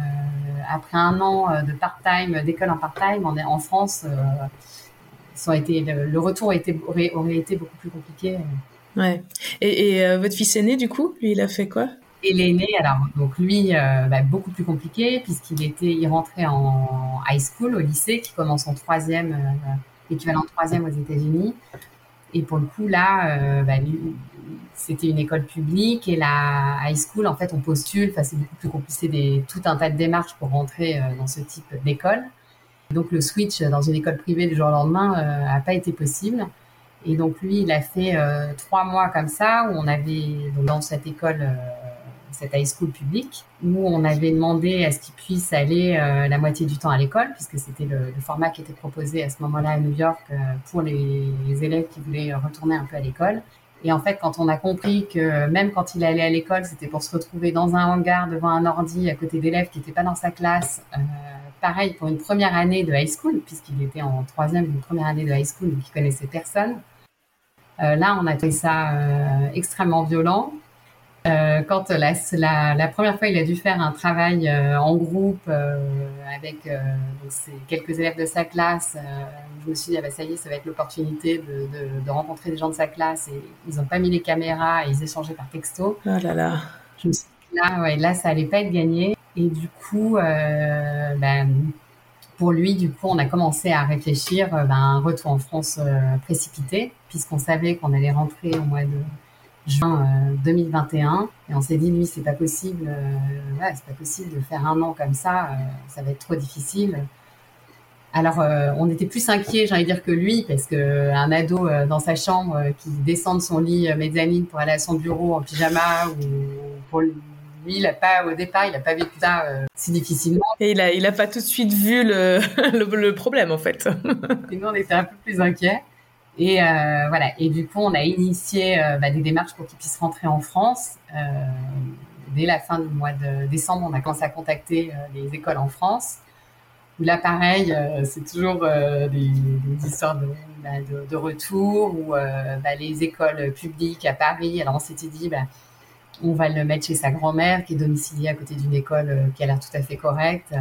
après un an de part-time, d'école en part-time, en, en France, euh, ça a été, le, le retour était, aurait, aurait été beaucoup plus compliqué. Ouais. Et, et euh, votre fils aîné, du coup, lui, il a fait quoi? Et l'aîné, alors, donc lui, euh, bah, beaucoup plus compliqué, puisqu'il était, il rentrait en high school, au lycée, qui commence en troisième, euh, l'équivalent de troisième aux États-Unis. Et pour le coup, là, euh, bah, lui, c'était une école publique, et la high school, en fait, on postule, enfin, c'est beaucoup plus compliqué, des, tout un tas de démarches pour rentrer euh, dans ce type d'école. Donc, le switch dans une école privée du jour au lendemain euh, a pas été possible. Et donc, lui, il a fait euh, trois mois comme ça, où on avait, donc, dans cette école, euh, cette high school publique, où on avait demandé à ce qu'il puisse aller euh, la moitié du temps à l'école, puisque c'était le, le format qui était proposé à ce moment-là à New York euh, pour les, les élèves qui voulaient retourner un peu à l'école. Et en fait, quand on a compris que même quand il allait à l'école, c'était pour se retrouver dans un hangar devant un ordi à côté d'élèves qui n'étaient pas dans sa classe, euh, pareil pour une première année de high school, puisqu'il était en troisième, une première année de high school, donc il connaissait personne. Euh, là, on a trouvé ça euh, extrêmement violent. Euh, quand la, la, la première fois, il a dû faire un travail euh, en groupe euh, avec euh, donc c'est quelques élèves de sa classe, euh, je me suis dit, ah bah, ça y est, ça va être l'opportunité de, de, de rencontrer des gens de sa classe. Et ils n'ont pas mis les caméras, et ils échangeaient par texto. Oh là là. Je me suis dit, là, ouais, là, ça allait pas être gagné. Et du coup, euh, ben, pour lui, du coup, on a commencé à réfléchir ben, à un retour en France euh, précipité, puisqu'on savait qu'on allait rentrer au mois de juin euh, deux mille vingt et un, et on s'est dit, lui, c'est pas possible, euh, ouais, c'est pas possible de faire un an comme ça, euh, ça va être trop difficile. Alors, euh, on était plus inquiets, j'ai envie de dire, que lui, parce que un ado euh, dans sa chambre euh, qui descend de son lit euh, mezzanine pour aller à son bureau en pyjama, ou pour lui, il a pas, au départ, il a pas vécu ça euh, si difficilement. Et il a, il a pas tout de suite vu le, le, le problème, en fait. Et nous, on était un peu plus inquiets. Et euh, voilà. Et du coup, on a initié euh, bah, des démarches pour qu'il puisse rentrer en France. Euh, dès la fin du mois de décembre, on a commencé à contacter euh, les écoles en France. Où là, pareil, euh, c'est toujours euh, des, des histoires de, bah, de, de retour, où euh, bah, les écoles publiques à Paris, alors on s'était dit, bah, on va le mettre chez sa grand-mère, qui est domiciliée à côté d'une école euh, qui a l'air tout à fait correcte.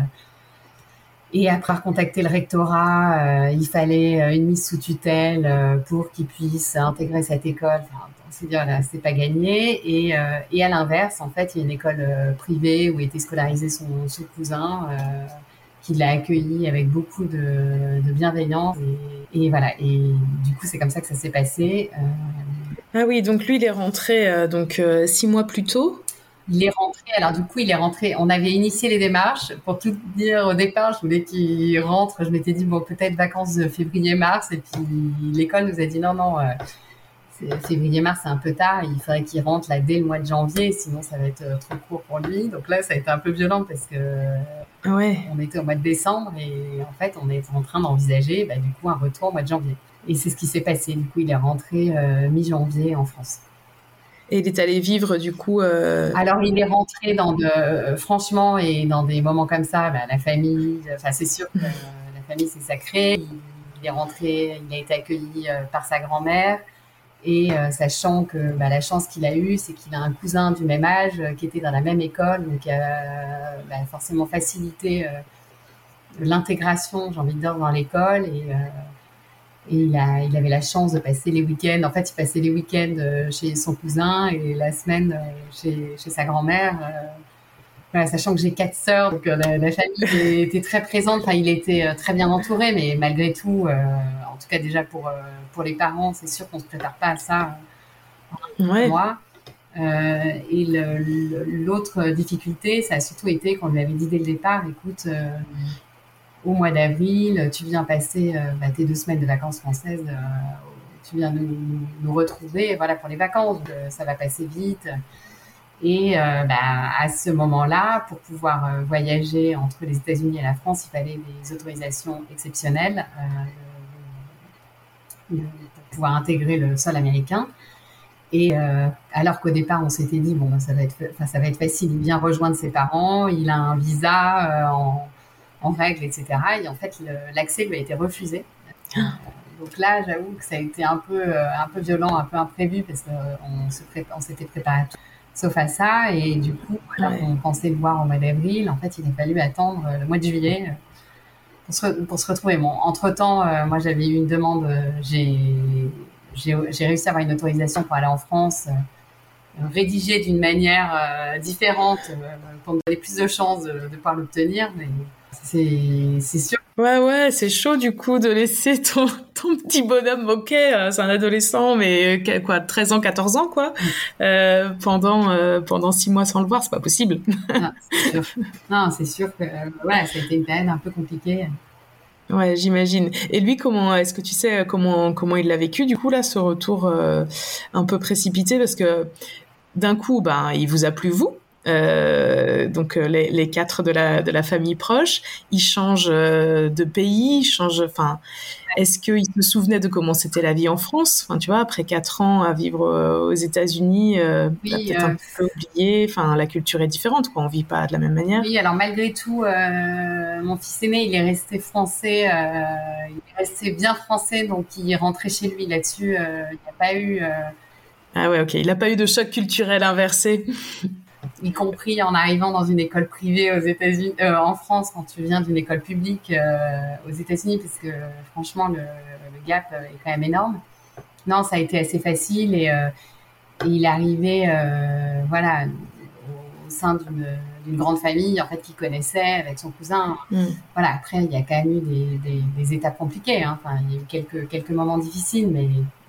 Et après avoir contacté le rectorat, euh, il fallait euh, une mise sous tutelle euh, pour qu'il puisse intégrer cette école. Enfin, on s'est dit, voilà, c'est pas gagné. Et, euh, et à l'inverse, en fait, il y a une école euh, privée où était scolarisé son, son cousin, euh, qui l'a accueilli avec beaucoup de, de bienveillance. Et, et voilà. Et du coup, c'est comme ça que ça s'est passé. Euh, ah oui, donc lui, il est rentré euh, donc euh, six mois plus tôt. Il est rentré, alors du coup, il est rentré, on avait initié les démarches, pour tout dire au départ, je voulais qu'il rentre, je m'étais dit, bon, peut-être vacances de février-mars, et puis l'école nous a dit, non, non, euh, février-mars, c'est un peu tard, il faudrait qu'il rentre là dès le mois de janvier, sinon ça va être euh, trop court pour lui. Donc là, ça a été un peu violent, parce que ouais. on était au mois de décembre, et en fait, on est en train d'envisager, bah, du coup, un retour au mois de janvier. Et c'est ce qui s'est passé, du coup, il est rentré euh, mi-janvier en France. Et il est allé vivre du coup. Euh... Alors il est rentré dans de, euh, franchement, et dans des moments comme ça, bah, la famille. Enfin c'est sûr que euh, la famille c'est sacré. Il, il est rentré, il a été accueilli euh, par sa grand-mère, et euh, sachant que bah, la chance qu'il a eue, c'est qu'il a un cousin du même âge euh, qui était dans la même école, donc qui a euh, bah, forcément facilité euh, l'intégration, j'ai envie de dire, dans l'école. Et euh, Et il, a, il avait la chance de passer les week-ends. En fait, il passait les week-ends chez son cousin et la semaine chez, chez sa grand-mère. Voilà, sachant que j'ai quatre sœurs, donc la, la famille était très présente. Enfin, il était très bien entouré, mais malgré tout, euh, en tout cas déjà pour, pour les parents, c'est sûr qu'on ne se prépare pas à ça. Ouais. Moi. Euh, et le, le, l'autre difficulté, ça a surtout été qu'on lui avait dit dès le départ, écoute... Euh, au mois d'avril, tu viens passer euh, bah, tes deux semaines de vacances françaises, euh, tu viens nous, nous, nous retrouver, voilà, pour les vacances, donc, euh, ça va passer vite. Et euh, bah, à ce moment-là, pour pouvoir euh, voyager entre les États-Unis et la France, il fallait des autorisations exceptionnelles euh, pour pouvoir intégrer le sol américain. Et euh, alors qu'au départ, on s'était dit, bon, bah, ça va être, enfin, ça va être facile, il vient rejoindre ses parents, il a un visa euh, en en règle, et cetera. Et en fait, le, l'accès lui a été refusé. Euh, donc là, j'avoue que ça a été un peu, euh, un peu violent, un peu imprévu, parce qu'on se pré- on s'était préparé tout, sauf à ça. Et du coup, alors ouais. qu'on pensait le voir au mois d'avril, en fait, il a fallu attendre le mois de juillet pour se, re- pour se retrouver. Bon, entre-temps, euh, moi, j'avais eu une demande, euh, j'ai, j'ai, j'ai réussi à avoir une autorisation pour aller en France, euh, rédigée d'une manière euh, différente, euh, pour me donner plus de chances de, de pouvoir l'obtenir, mais... C'est, c'est sûr. Ouais, ouais, c'est chaud du coup de laisser ton, ton petit bonhomme, ok, c'est un adolescent, mais quoi, treize ans, quatorze ans, quoi, euh, pendant, euh, pendant six mois sans le voir, c'est pas possible. Non, c'est sûr. Non, c'est sûr que, euh, ouais, ça a été une période un peu compliquée. Ouais, j'imagine. Et lui, comment, est-ce que tu sais comment, comment il l'a vécu, du coup, là, ce retour euh, un peu précipité, parce que d'un coup, ben, il vous a plu, vous. Euh, donc euh, les, les quatre de la de la famille proche, ils changent euh, de pays, ils changent. Enfin, est-ce qu'ils se souvenaient de comment c'était la vie en France? Enfin, tu vois, après quatre ans à vivre euh, aux États-Unis, euh, oui, t'as peut-être euh, un peu oublié. Enfin, la culture est différente, quoi. On vit pas de la même manière. Oui, alors malgré tout, euh, mon fils aîné, il est resté français, euh, il est resté bien français, donc il est rentré chez lui là-dessus. Euh, il n'y a pas eu. Euh... Ah ouais, ok. Il n'a pas eu de choc culturel inversé. Y compris en arrivant dans une école privée aux États-Unis, euh, en France, quand tu viens d'une école publique euh, aux États-Unis, parce que franchement le, le gap est quand même énorme. Non, ça a été assez facile, et, euh, et il est arrivé, euh, voilà, au, au sein d'une, d'une grande famille en fait qu'il connaissait avec son cousin. Mm. Voilà. Après, il y a quand même eu des, des, des étapes compliquées. Hein. Enfin, il y a eu quelques quelques moments difficiles, mais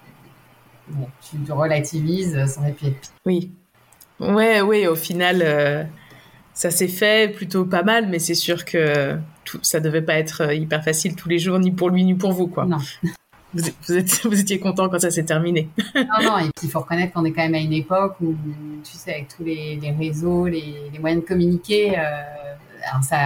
bon, tu relativises, ça aurait pu être pire. Oui. Ouais, ouais, au final, euh, ça s'est fait plutôt pas mal, mais c'est sûr que tout, ça devait pas être hyper facile tous les jours, ni pour lui, ni pour vous, quoi. Non. Vous, vous, êtes, vous étiez content quand ça s'est terminé. Non, non, et puis il faut reconnaître qu'on est quand même à une époque où, tu sais, avec tous les, les réseaux, les, les moyens de communiquer, euh, alors ça,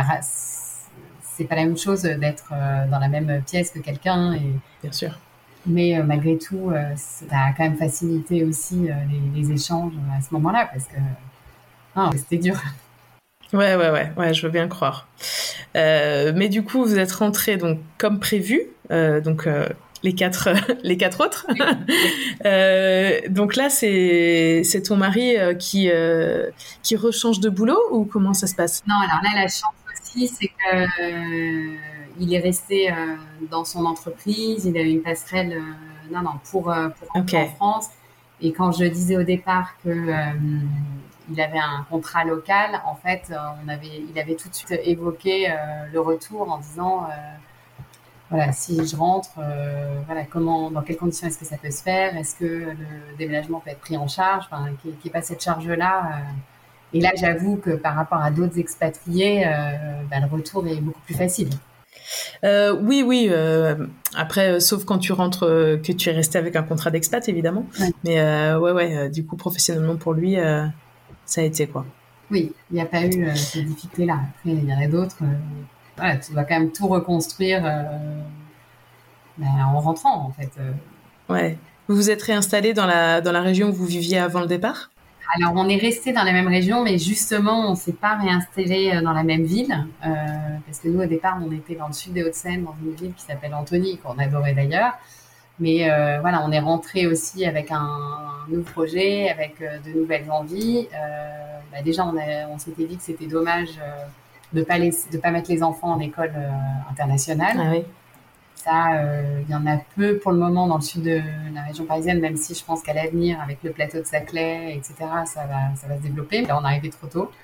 c'est pas la même chose d'être dans la même pièce que quelqu'un. Et... Bien sûr. Mais euh, malgré tout, euh, ça a quand même facilité aussi euh, les, les échanges à ce moment-là, parce que Ah, c'était dur. Ouais, ouais, ouais, ouais, je veux bien croire. Euh, mais du coup, vous êtes rentrés donc comme prévu, euh, donc euh, les quatre, les quatre autres. Oui, oui. euh, donc là, c'est c'est ton mari euh, qui euh, qui rechange de boulot ou comment ça se passe? Non, alors là, la chance aussi, c'est que euh, il est resté euh, dans son entreprise. Il a eu une passerelle, euh, non, non, pour euh, pour rentrer en Ok, France. Et quand je disais au départ que euh, il avait un contrat local, en fait, euh, on avait, il avait tout de suite évoqué euh, le retour en disant, euh, voilà, si je rentre, euh, voilà, comment, dans quelles conditions est-ce que ça peut se faire? Est-ce que le déménagement peut être pris en charge? Enfin, qu'il n'y ait pas cette charge-là. euh. Et là, j'avoue que par rapport à d'autres expatriés, euh, bah, le retour est beaucoup plus facile. Euh, oui, oui. Euh, après, euh, sauf quand tu rentres, euh, que tu es resté avec un contrat d'expat, évidemment. Ouais. Mais euh, ouais, ouais. euh, du coup, professionnellement pour lui, euh, ça a été quoi. Oui, il n'y a pas eu euh, ces difficultés-là. Après, il y en a d'autres. euh, voilà, tu dois quand même tout reconstruire euh, bah, en rentrant, en fait. euh. Ouais. Vous vous êtes réinstallé dans la dans la région où vous viviez avant le départ? Alors, on est resté dans la même région, mais justement, on ne s'est pas réinstallé euh, dans la même ville. euh, parce que nous, au départ, on était dans le sud des Hauts-de-Seine, dans une ville qui s'appelle Antony, qu'on adorait d'ailleurs. Mais euh, voilà, on est rentré aussi avec un, un nouveau projet, avec euh, de nouvelles envies. Euh, bah déjà, on, a, on s'était dit que c'était dommage euh, de pas laisser, de pas mettre les enfants en école euh, internationale. Ah oui. Ça, euh, il y en a peu pour le moment dans le sud de la région parisienne, même si je pense qu'à l'avenir, avec le plateau de Saclay, et cetera, ça va, ça va se développer. Mais là, on est arrivé trop tôt.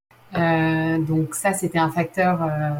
Euh, donc ça, c'était un facteur, euh,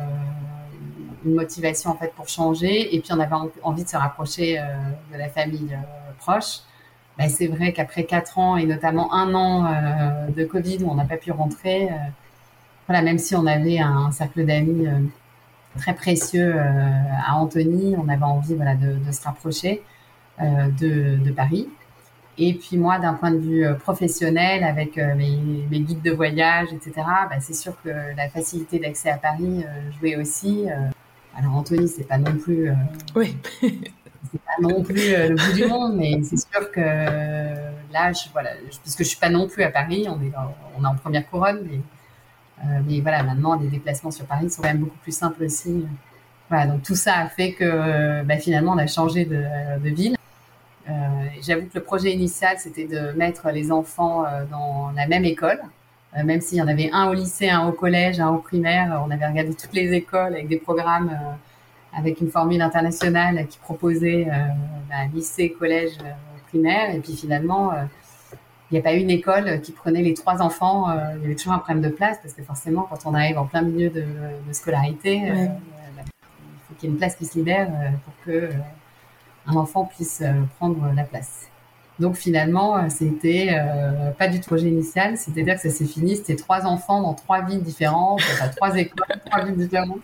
une motivation en fait pour changer. Et puis on avait en- envie de se rapprocher euh, de la famille euh, proche. Ben, c'est vrai qu'après quatre ans et notamment un an euh, de Covid où on n'a pas pu rentrer, euh, voilà, même si on avait un cercle d'amis euh, très précieux euh, à Antony, on avait envie voilà, de, de se rapprocher euh, de, de Paris. Et puis moi, d'un point de vue euh, professionnel, avec euh, mes, mes guides de voyage, et cetera, bah, c'est sûr que la facilité d'accès à Paris euh, jouait aussi. Euh, alors Antony, c'est pas non plus, euh, Oui. c'est pas non plus euh, le bout du monde, mais c'est sûr que euh, là, je, voilà, je, parce que je suis pas non plus à Paris, on est, en- on est en première couronne, mais, euh, mais voilà, maintenant les déplacements sur Paris sont quand même beaucoup plus simples aussi. Voilà, donc tout ça a fait que euh, bah, finalement on a changé de, de ville. Euh, J'avoue que le projet initial, c'était de mettre les enfants euh, dans la même école, euh, même s'il y en avait un au lycée, un au collège, un au primaire. On avait regardé toutes les écoles avec des programmes euh, avec une formule internationale qui proposait euh, bah, lycée, collège, euh, primaire. Et puis finalement, euh, il n'y a pas eu une école qui prenait les trois enfants. Euh, il y avait toujours un problème de place parce que forcément, quand on arrive en plein milieu de, de scolarité, euh, Ouais. bah, il faut qu'il y ait une place qui se libère euh, pour que euh, un enfant puisse euh, prendre la place. Donc finalement, euh, c'était euh, pas du tout projet initial, c'est-à-dire que ça s'est fini, c'était trois enfants dans trois villes différentes, enfin trois écoles, trois villes différentes.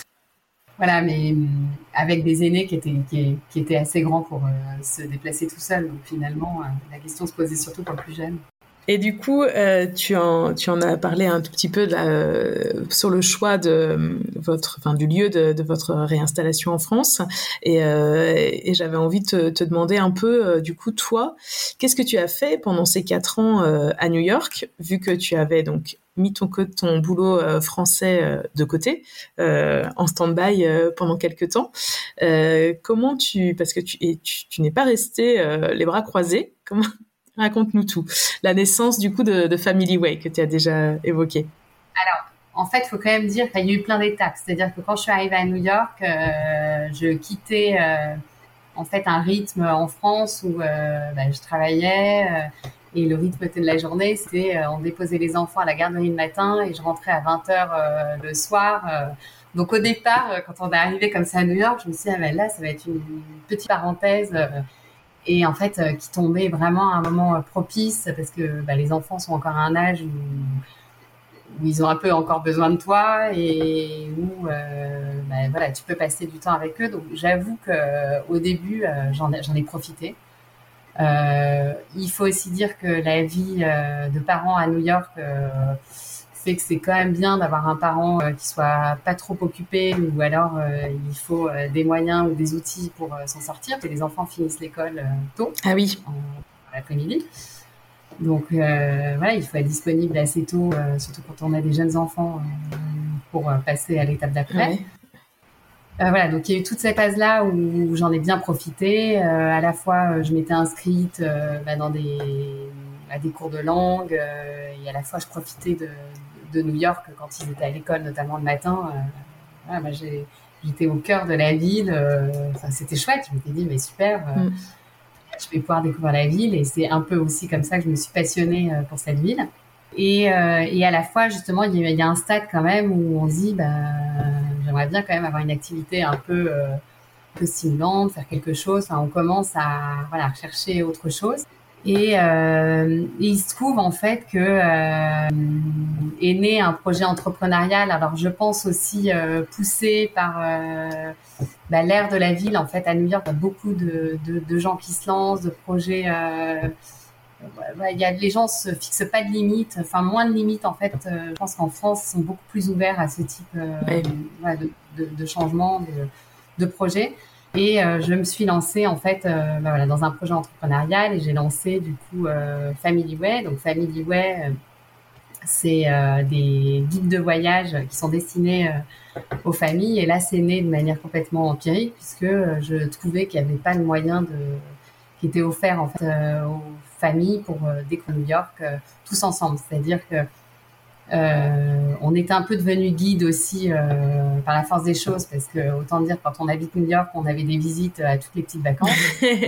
Voilà, mais hum, avec des aînés qui étaient, qui, qui étaient assez grands pour euh, se déplacer tout seuls. Donc finalement, euh, la question se posait surtout pour le plus jeune. Et du coup, euh, tu en tu en as parlé un tout petit peu là, euh, sur le choix de euh, votre, enfin du lieu de, de votre réinstallation en France. Et, euh, et j'avais envie de te, te demander un peu, euh, du coup, toi, qu'est-ce que tu as fait pendant ces quatre ans euh, à New York, vu que tu avais donc mis ton, co- ton boulot euh, français euh, de côté, euh, en stand-by euh, pendant quelques temps. Euh, comment tu, parce que tu, et tu, tu n'es pas resté euh, les bras croisés. Comment Raconte-nous tout. La naissance du coup de, de Family Way que tu as déjà évoqué. Alors, en fait, il faut quand même dire qu'il y a eu plein d'étapes. C'est-à-dire que quand je suis arrivée à New York, euh, je quittais euh, en fait un rythme en France où euh, bah, je travaillais euh, et le rythme de la journée, c'était euh, on déposait les enfants à la garderie le matin et je rentrais à vingt heures euh, le soir. Euh. Donc au départ, euh, quand on est arrivé comme ça à New York, je me suis dit, ah, ben là, ça va être une petite parenthèse. Euh, et en fait, euh, qui tombait vraiment à un moment euh, propice parce que bah, les enfants sont encore à un âge où où ils ont un peu encore besoin de toi et où euh, bah, voilà, tu peux passer du temps avec eux. Donc j'avoue qu'au début, euh, j'en, ai, j'en ai profité. Euh, il faut aussi dire que la vie euh, de parents à New York euh, fait que c'est quand même bien d'avoir un parent euh, qui soit pas trop occupé ou alors euh, il faut euh, des moyens ou des outils pour euh, s'en sortir. Et les enfants finissent l'école euh, tôt, Ah oui. en, en l'après-midi. Donc euh, voilà, il faut être disponible assez tôt, euh, surtout quand on a des jeunes enfants, euh, pour euh, passer à l'étape d'après. Ouais. Euh, voilà, donc il y a eu toute cette phase-là où, où j'en ai bien profité. Euh, à la fois, euh, je m'étais inscrite euh, bah, dans des, à des cours de langue, euh, et à la fois, je profitais de, de New York quand ils étaient à l'école, notamment le matin. Euh, voilà, moi, j'ai, j'étais au cœur de la ville. Euh, enfin, c'était chouette. Je m'étais dit, mais super. Euh, mm. Je vais pouvoir découvrir la ville, et c'est un peu aussi comme ça que je me suis passionnée pour cette ville. Et, euh, et à la fois, justement, il y, a, il y a un stade quand même où on se dit, bah, j'aimerais bien quand même avoir une activité un peu, euh, un peu stimulante, faire quelque chose. Enfin, on commence à voilà, rechercher autre chose. Et, euh, et il se trouve en fait que euh, est né un projet entrepreneurial. Alors, je pense aussi euh, poussé par euh, bah, l'ère de la ville. En fait, à New York, il y a beaucoup de, de, de gens qui se lancent, de projets. Euh, bah, y a, les gens se fixent pas de limites, enfin moins de limites en fait. Euh, je pense qu'en France, ils sont beaucoup plus ouverts à ce type euh, ouais. voilà, de, de, de changements, de, de projets. Et euh, je me suis lancée en fait euh, bah, voilà, dans un projet entrepreneurial, et j'ai lancé du coup euh, Family Way. Donc Family Way, euh, c'est euh, des guides de voyage qui sont destinés euh, aux familles. Et là, c'est né de manière complètement empirique, puisque euh, je trouvais qu'il n'y avait pas de moyen de qui était offert en fait euh, aux familles pour euh, découvrir New York euh, tous ensemble. C'est-à-dire que Euh, on était un peu devenu guide aussi euh, par la force des choses, parce que autant dire, quand on habite New York, on avait des visites à toutes les petites vacances.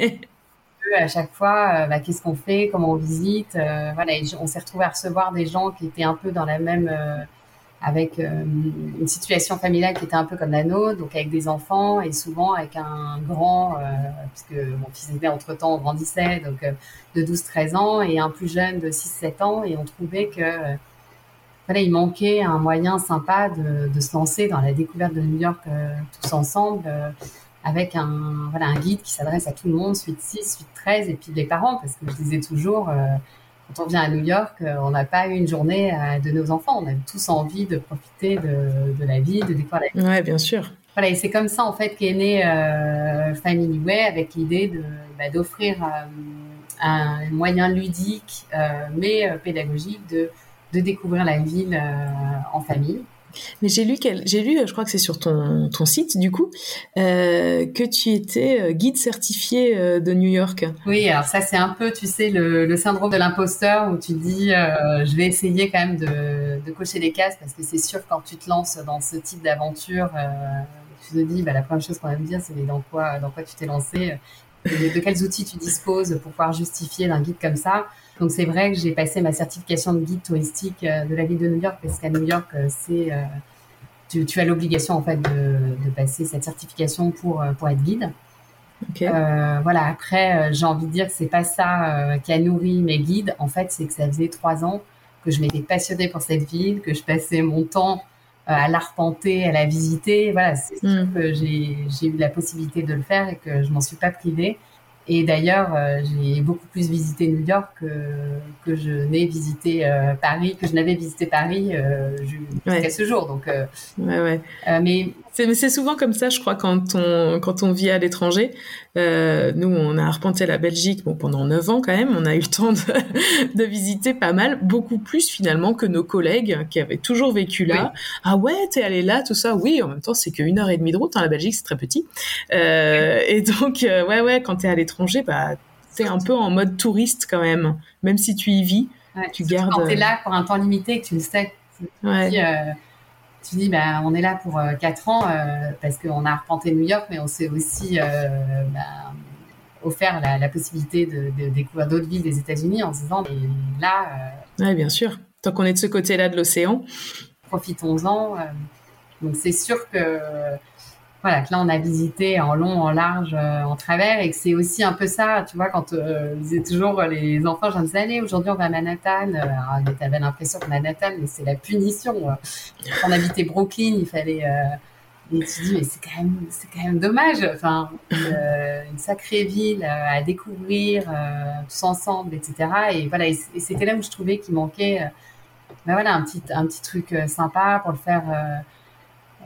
À chaque fois, euh, bah, qu'est-ce qu'on fait, comment on visite, euh, voilà. Et on s'est retrouvé à recevoir des gens qui étaient un peu dans la même, euh, avec euh, une situation familiale qui était un peu comme la nôtre, donc avec des enfants, et souvent avec un grand, euh, puisque mon fils était entre-temps, on grandissait, donc euh, de douze treize ans, et un plus jeune de six sept ans, et on trouvait que euh, Voilà, il manquait un moyen sympa de, de se lancer dans la découverte de New York euh, tous ensemble, euh, avec un, voilà, un guide qui s'adresse à tout le monde, suite six, suite treize, et puis les parents, parce que je disais toujours, euh, quand on vient à New York, euh, on n'a pas eu une journée euh, de nos enfants, on a tous envie de profiter de, de la vie, de découvrir la vie. Ouais, bien sûr. Voilà, et c'est comme ça en fait qu'est né euh, Family Way, avec l'idée de, bah, d'offrir euh, un moyen ludique, euh, mais euh, pédagogique de de découvrir la ville euh, en famille. Mais j'ai lu, quel... j'ai lu, je crois que c'est sur ton, ton site, du coup, euh, que tu étais guide certifié euh, de New York. Oui, alors ça, c'est un peu, tu sais, le, le syndrome de l'imposteur, où tu te dis, euh, je vais essayer quand même de, de cocher les cases, parce que c'est sûr que quand tu te lances dans ce type d'aventure, euh, tu te dis, bah, la première chose qu'on va me dire, c'est mais dans quoi, dans quoi tu t'es lancé, de, de quels outils tu disposes pour pouvoir justifier d'un guide comme ça. Donc, c'est vrai que j'ai passé ma certification de guide touristique de la ville de New York, parce qu'à New York, c'est, euh, tu, tu as l'obligation, en fait, de, de passer cette certification pour, pour être guide. Okay. Euh, voilà. Après, j'ai envie de dire que c'est pas ça euh, qui a nourri mes guides. En fait, c'est que ça faisait trois ans que je m'étais passionnée pour cette ville, que je passais mon temps euh, à l'arpenter, à la visiter. Voilà. C'est sûr mm. que j'ai, j'ai eu la possibilité de le faire, et que je m'en suis pas privée. Et d'ailleurs, euh, j'ai beaucoup plus visité New York que, que je n'ai visité euh, Paris, que je n'avais visité Paris euh, jusqu'à ouais. ce jour. Donc, euh, ouais, ouais. Euh, mais c'est, c'est souvent comme ça, je crois, quand on quand on vit à l'étranger. Euh, nous, on a arpenté la Belgique, bon, pendant neuf ans quand même. On a eu le temps de, de visiter pas mal, beaucoup plus finalement que nos collègues qui avaient toujours vécu là. Oui. Ah ouais, t'es allé là, tout ça. Oui, en même temps, c'est qu'une heure et demie de route. Hein, la Belgique, c'est très petit. Euh, et donc, euh, ouais, ouais, quand t'es à l'étranger, bah, t'es un peu en mode touriste quand même, même si tu y vis. Ouais, tu gardes. Quand t'es là pour un temps limité, que tu le sais. Tu ouais. dis, euh, tu dis, bah, on est là pour euh, quatre ans euh, parce qu'on a arpenté New York, mais on s'est aussi euh, bah, offert la, la possibilité de, de découvrir d'autres villes des États-Unis en se disant, mais là. Euh, oui, bien sûr. Tant qu'on est de ce côté-là de l'océan. Profitons-en. Euh, donc, c'est sûr que. Voilà, que là, on a visité en long, en large, euh, en travers, et que c'est aussi un peu ça, tu vois, quand euh, disaient toujours euh, les enfants, j'en disais, allez, aujourd'hui, on va à Manhattan. Euh, alors, t'avais l'impression que Manhattan, mais c'est la punition. Euh. Quand on habitait Brooklyn, il fallait... Euh, et tu dis, mais c'est quand même, c'est quand même dommage. Enfin, euh, une sacrée ville euh, à découvrir euh, tous ensemble, et cetera. Et voilà, et, et c'était là où je trouvais qu'il manquait euh, ben voilà, un petit, un petit truc euh, sympa pour le faire... Euh,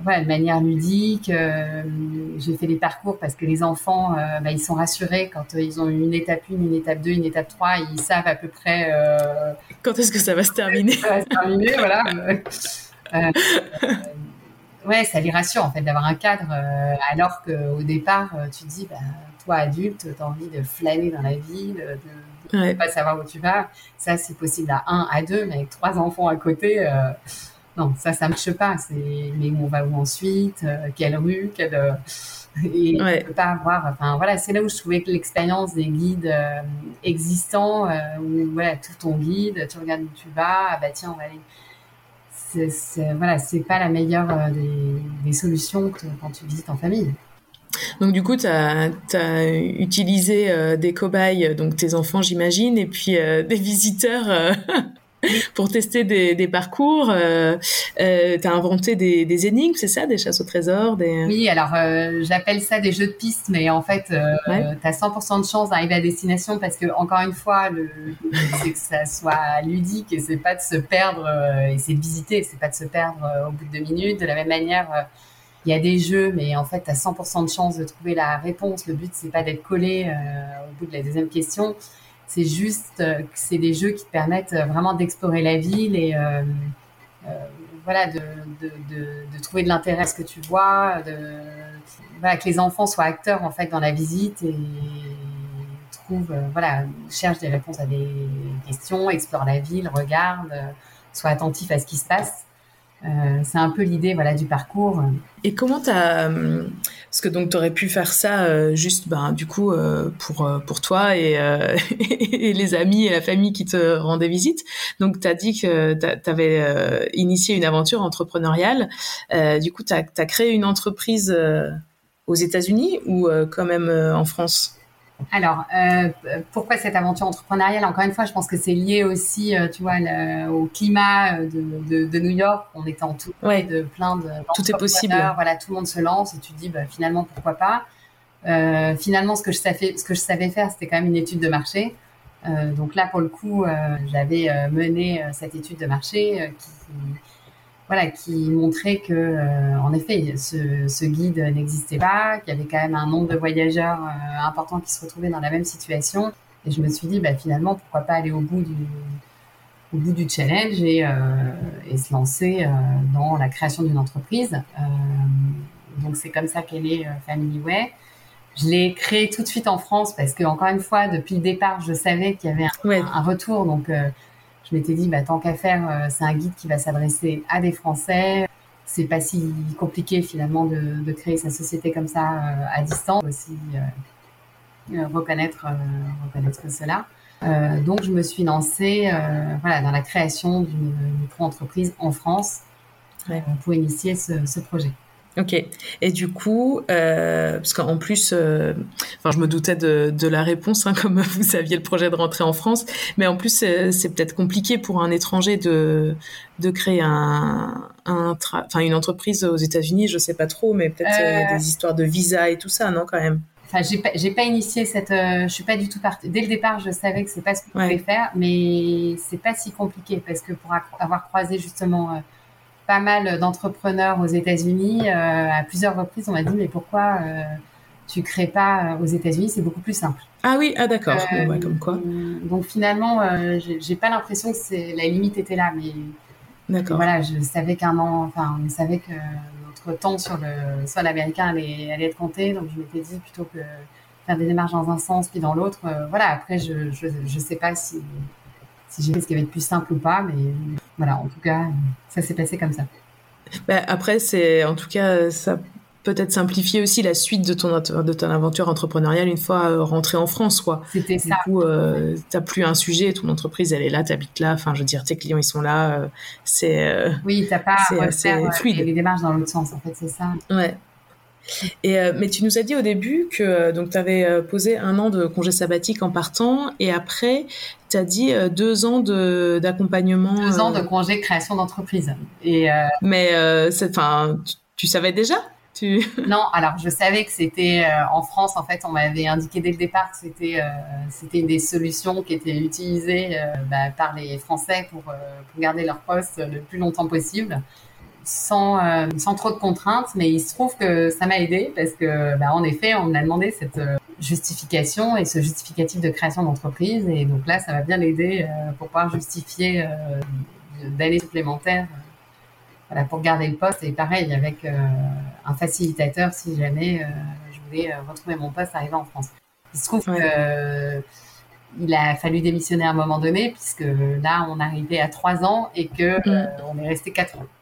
voilà, de manière ludique. Euh, j'ai fait des parcours parce que les enfants, euh, bah, ils sont rassurés quand euh, ils ont une étape un, une étape deux, une étape trois. Ils savent à peu près euh, quand est-ce que ça va se terminer. Ça va se terminer, voilà. Euh, euh, ouais, ça les rassure en fait d'avoir un cadre, euh, alors qu'au départ, tu te dis, bah, toi adulte, tu as envie de flâner dans la ville, de ne ouais. pas savoir où tu vas. Ça, c'est possible à un, à deux, mais avec trois enfants à côté. Euh, Non, ça, ça marche pas. C'est, mais on va où ensuite? euh, Quelle rue? Quelle, euh, et ouais. on peut pas avoir. Enfin, voilà, c'est là où je trouvais que l'expérience des guides euh, existants, euh, où voilà, tout ton guide, tu regardes où tu vas. Ah bah tiens, on va aller. C'est, c'est, voilà, c'est pas la meilleure euh, des, des solutions que, quand tu visites en famille. Donc du coup, tu as utilisé euh, des cobayes, donc tes enfants, j'imagine, et puis euh, des visiteurs. Euh... pour tester des, des parcours, euh, euh, tu as inventé des, des énigmes, c'est ça, des chasses au trésor des... Oui, alors euh, j'appelle ça des jeux de piste, mais en fait, euh, ouais. tu as cent pour cent de chance d'arriver à destination parce que, encore une fois, le, le c'est que ça soit ludique et c'est pas de se perdre, euh, et c'est de visiter, c'est pas de se perdre euh, au bout de deux minutes. De la même manière, il euh, y a des jeux, mais en fait, tu as cent pour cent de chance de trouver la réponse. Le but, c'est pas d'être collé euh, au bout de la deuxième question. C'est juste euh, que c'est des jeux qui te permettent vraiment d'explorer la ville et euh, euh, voilà, de, de, de, de trouver de l'intérêt à ce que tu vois, de, voilà, que les enfants soient acteurs en fait dans la visite et trouvent, euh, voilà, cherchent des réponses à des questions, explorent la ville, regardent, euh, soient attentifs à ce qui se passe. Euh, c'est un peu l'idée, voilà, du parcours. Et comment t'as, parce que donc t'aurais pu faire ça euh, juste, ben du coup euh, pour pour toi et, euh, et les amis et la famille qui te rendaient visite. Donc t'as dit que t'avais euh, initié une aventure entrepreneuriale. Euh, du coup t'as t'as créé une entreprise euh, aux États-Unis ou euh, quand même euh, en France? Alors, euh, pourquoi cette aventure entrepreneuriale? Encore une fois, je pense que c'est lié aussi, euh, tu vois, le, au climat de, de, de New York. On était entouré ouais. de plein de tout est possible. Voilà, tout le monde se lance et tu te dis, bah, finalement, pourquoi pas? Euh, finalement, ce que je savais, ce que je savais faire, c'était quand même une étude de marché. Euh, donc là, pour le coup, euh, j'avais euh, mené euh, cette étude de marché euh, qui, voilà, qui montrait que, euh, en effet, ce, ce guide n'existait pas, qu'il y avait quand même un nombre de voyageurs euh, importants qui se retrouvaient dans la même situation. Et je me suis dit, bah, finalement, pourquoi pas aller au bout du, au bout du challenge et, euh, et se lancer euh, dans la création d'une entreprise. Euh, donc, c'est comme ça qu'est née euh, Family Way. Je l'ai créée tout de suite en France parce que, encore une fois, depuis le départ, je savais qu'il y avait un, ouais. un, un retour. Donc, euh, je m'étais dit, bah, tant qu'à faire, euh, c'est un guide qui va s'adresser à des Français. C'est pas si compliqué finalement de, de créer sa société comme ça euh, à distance, aussi euh, euh, reconnaître, euh, reconnaître cela. Euh, donc, je me suis lancée euh, voilà, dans la création d'une micro-entreprise en France ouais. euh, pour initier ce, ce projet. Ok. Et du coup, euh, parce qu'en plus, euh, enfin, je me doutais de, de la réponse, hein, comme vous saviez le projet de rentrer en France, mais en plus, c'est, c'est peut-être compliqué pour un étranger de de créer un, un tra- enfin, une entreprise aux États-Unis. Je sais pas trop, mais peut-être euh... des histoires de visa et tout ça, non, quand même. Enfin, j'ai pas, j'ai pas initié cette. Euh, je suis pas du tout partie. Dès le départ, je savais que c'est pas ce que je voulais faire, mais c'est pas si compliqué parce que pour avoir croisé justement. Euh, pas mal d'entrepreneurs aux États-Unis. Euh, à plusieurs reprises, on m'a dit, mais pourquoi euh, tu crées pas aux États-Unis? C'est beaucoup plus simple. Ah oui, ah d'accord. Euh, ouais, comme quoi. Donc finalement, euh, j'ai, j'ai pas l'impression que c'est, la limite était là, mais d'accord. Voilà, je savais qu'un an, enfin, on savait que notre temps sur le sol américain allait, allait être compté, donc je m'étais dit plutôt que faire des démarches dans un sens puis dans l'autre. Euh, voilà, après, je, je, je sais pas si. si j'ai fait ce qui avait de plus simple ou pas, mais voilà, en tout cas, ça s'est passé comme ça. Bah, après, c'est en tout cas, ça peut-être simplifier aussi la suite de ton, de ton aventure entrepreneuriale une fois euh, rentrée en France, quoi. C'était du ça. Du coup, euh, t'as plus un sujet, ton entreprise, elle est là, t'habites là, enfin, je veux dire, tes clients, ils sont là, euh, c'est... Euh, oui, t'as pas c'est, à refaire fluide. Les, les démarches dans l'autre sens, en fait, c'est ça. Ouais. Et euh, mais tu nous as dit au début que euh, donc tu avais euh, posé un an de congé sabbatique en partant et après tu as dit euh, deux ans de d'accompagnement. Deux ans euh... de congé création d'entreprise. Et euh... mais euh, enfin tu, tu savais déjà tu... Non, alors je savais que c'était euh, en France en fait on m'avait indiqué dès le départ que c'était euh, c'était une des solutions qui étaient utilisées euh, bah, par les Français pour euh, pour garder leur poste le plus longtemps possible. sans, euh, sans trop de contraintes, mais il se trouve que ça m'a aidé parce que, bah, en effet, on m'a demandé cette euh, justification et ce justificatif de création d'entreprise. Et donc là, ça va bien l'aider euh, pour pouvoir justifier euh, d'années supplémentaires euh, voilà, pour garder le poste. Et pareil, avec euh, un facilitateur si jamais euh, je voulais euh, retrouver mon poste arrivé en France. Il se trouve ouais. que euh, il a fallu démissionner à un moment donné, puisque là, on arrivait à trois ans et que mmh. euh, on est resté quatre ans.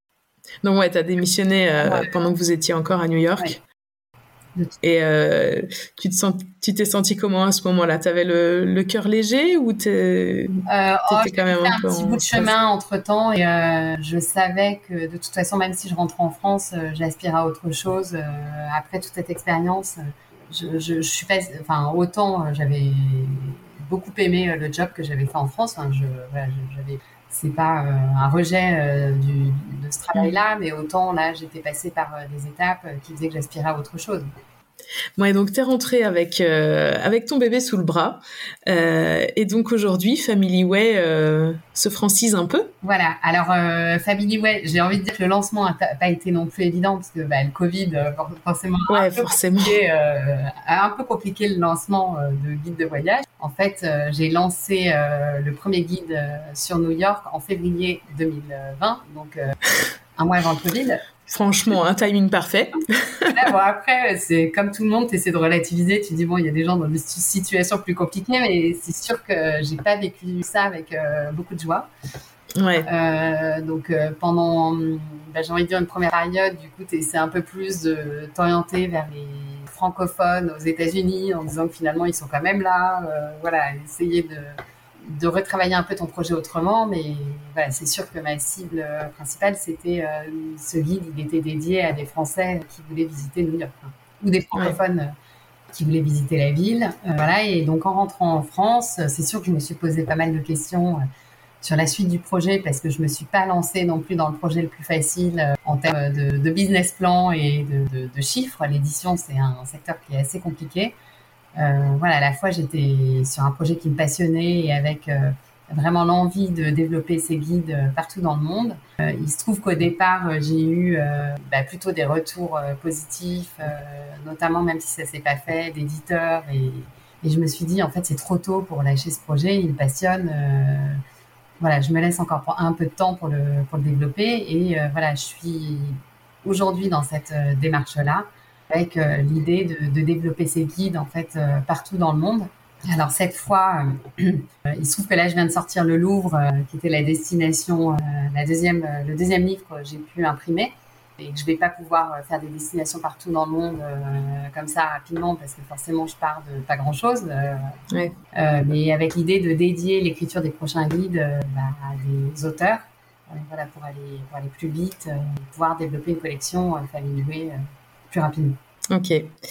Donc, ouais, tu as démissionné euh, ouais. pendant que vous étiez encore à New York. Ouais. Et euh, tu, te sens, tu t'es senti comment à ce moment-là? Tu avais le, le cœur léger ou tu étais euh, oh, quand même un, un peu petit bout de chemin entre-temps et euh, je savais que de toute façon, même si je rentrais en France, euh, j'aspirais à autre chose. Euh, après toute cette expérience, je, je, je suis pas... Enfin, autant euh, j'avais beaucoup aimé le job que j'avais fait en France. Enfin, je, voilà, j'avais... C'est pas euh, un rejet euh, du, de ce travail-là, mais autant là, j'étais passée par euh, des étapes euh, qui faisaient que j'aspirais à autre chose. Ouais, donc t'es rentrée avec euh, avec ton bébé sous le bras, euh, et donc aujourd'hui, Family Way euh, se francise un peu. Voilà. Alors euh, Family Way, j'ai envie de dire que le lancement a t- pas été non plus évident parce que bah, le Covid, euh, forcément, ouais, un peu forcément, compliqué, euh, a un peu compliqué le lancement euh, de guide de voyage. En fait, euh, j'ai lancé euh, le premier guide euh, sur New York en février deux mille vingt, donc euh, un mois avant le Covid. Franchement, un timing parfait. Là, bon, après, c'est comme tout le monde, tu essaies de relativiser. Tu dis, bon, il y a des gens dans des situations plus compliquées, mais c'est sûr que j'ai pas vécu ça avec euh, beaucoup de joie. Ouais. Euh, donc, euh, pendant, bah, j'ai envie de dire une première période, du coup, tu essaies un peu plus de t'orienter vers les francophones aux États-Unis en disant que finalement, ils sont quand même là. Euh, voilà, essayer de... de retravailler un peu ton projet autrement, mais voilà, c'est sûr que ma cible principale, c'était euh, ce guide, il était dédié à des Français qui voulaient visiter New York, hein, ou des francophones ouais. qui voulaient visiter la ville. Euh, voilà, et donc en rentrant en France, c'est sûr que je me suis posé pas mal de questions euh, sur la suite du projet, parce que je me suis pas lancée non plus dans le projet le plus facile euh, en termes de, de business plan et de, de, de chiffres. L'édition, c'est un secteur qui est assez compliqué. Euh, voilà, à la fois j'étais sur un projet qui me passionnait et avec euh, vraiment l'envie de développer ces guides euh, partout dans le monde. Euh, il se trouve qu'au départ, euh, j'ai eu euh, bah, plutôt des retours euh, positifs, euh, notamment même si ça s'est pas fait, d'éditeurs. Et, et je me suis dit, en fait, c'est trop tôt pour lâcher ce projet, il me passionne. Euh, voilà, je me laisse encore un peu de temps pour le, pour le développer. Et euh, voilà, je suis aujourd'hui dans cette euh, démarche-là, avec euh, l'idée de, de développer ces guides en fait euh, partout dans le monde. Alors cette fois, euh, il se trouve que là je viens de sortir le Louvre, euh, qui était la destination, euh, la deuxième, euh, le deuxième livre que j'ai pu imprimer, et que je vais pas pouvoir euh, faire des destinations partout dans le monde euh, comme ça rapidement parce que forcément je pars de pas grand chose. Euh, ouais. euh, mais avec l'idée de dédier l'écriture des prochains guides euh, bah, à des auteurs, euh, voilà pour aller pour aller plus vite, euh, pouvoir développer une collection euh, Family Way euh, plus rapidement. Ok.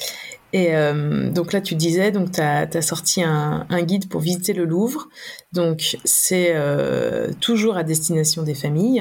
Et euh, donc là, tu disais, donc tu as sorti un, un guide pour visiter le Louvre. Donc, c'est euh, toujours à destination des familles.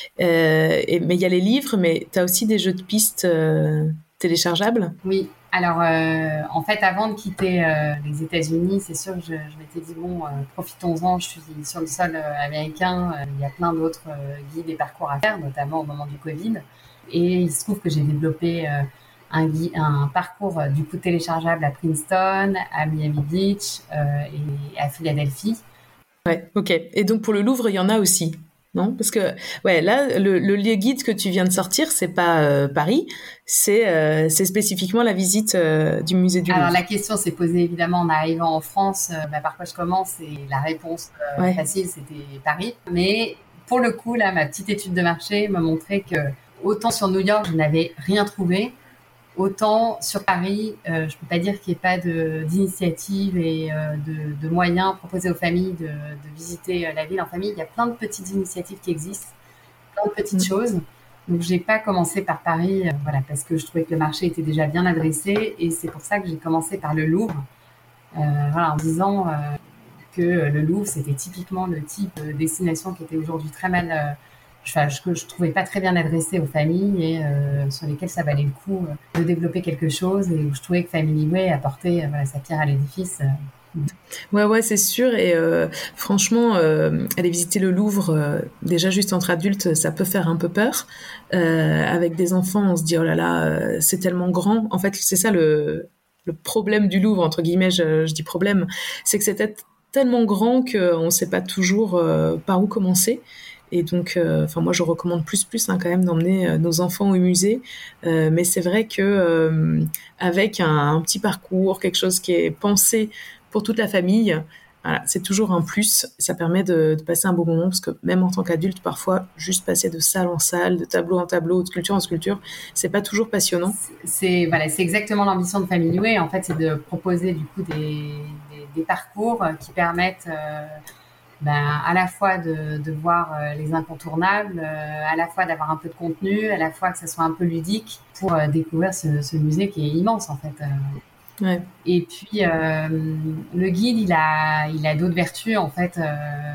Euh, et, mais il y a les livres, mais tu as aussi des jeux de pistes euh, téléchargeables? Oui. Alors, euh, en fait, avant de quitter euh, les États-Unis, c'est sûr que je, je m'étais dit, bon, euh, profitons-en, je suis sur le sol euh, américain. Euh, il y a plein d'autres euh, guides et parcours à faire, notamment au moment du Covid. Et il se trouve que j'ai développé... Euh, Un, un parcours euh, du coup téléchargeable à Princeton, à Miami Beach euh, et à Philadelphie. Ouais, ok. Et donc pour le Louvre, il y en a aussi, non? Parce que ouais, là, le, le guide que tu viens de sortir, c'est pas euh, Paris, c'est euh, c'est spécifiquement la visite euh, du musée du Louvre. Alors la question s'est posée évidemment en arrivant en France. Euh, bah, par quoi je commence? Et la réponse euh, ouais. facile, c'était Paris. Mais pour le coup, là, ma petite étude de marché m'a montré que autant sur New York, je n'avais rien trouvé. Autant sur Paris, euh, je peux pas dire qu'il n'y ait pas de, d'initiatives et euh, de, de moyens proposés aux familles de, de visiter la ville en famille. Il y a plein de petites initiatives qui existent, plein de petites mmh. choses. Donc, j'ai pas commencé par Paris, euh, voilà, parce que je trouvais que le marché était déjà bien adressé, et c'est pour ça que j'ai commencé par le Louvre, euh, voilà, en disant euh, que le Louvre, c'était typiquement le type de destination qui était aujourd'hui très mal euh, Enfin, que je trouvais pas très bien adressé aux familles et euh, sur lesquelles ça valait le coup euh, de développer quelque chose, et où je trouvais que Family Way apportait euh, voilà, sa pierre à l'édifice euh, Ouais, ouais, c'est sûr. Et euh, franchement, euh, aller visiter le Louvre, euh, déjà juste entre adultes, ça peut faire un peu peur. Euh, avec des enfants, on se dit, oh là là, euh, c'est tellement grand. En fait, c'est ça le, le problème du Louvre, entre guillemets, je, je dis problème, c'est que c'était tellement grand qu'on ne sait pas toujours euh, par où commencer. Et donc, euh, enfin moi, je recommande plus plus hein, quand même d'emmener euh, nos enfants au musée. Euh, mais c'est vrai que euh, avec un, un petit parcours, quelque chose qui est pensé pour toute la famille, voilà, c'est toujours un plus. Ça permet de, de passer un beau moment parce que même en tant qu'adulte, parfois, juste passer de salle en salle, de tableau en tableau, de sculpture en sculpture, c'est pas toujours passionnant. C'est voilà, c'est exactement l'ambition de Family Way. En fait, c'est de proposer du coup des, des, des parcours qui permettent euh, ben, à la fois de, de voir euh, les incontournables, euh, à la fois d'avoir un peu de contenu, à la fois que ça soit un peu ludique pour euh, découvrir ce, ce musée qui est immense en fait. Euh, ouais. Et puis euh, le guide, il a, il a d'autres vertus en fait. Euh,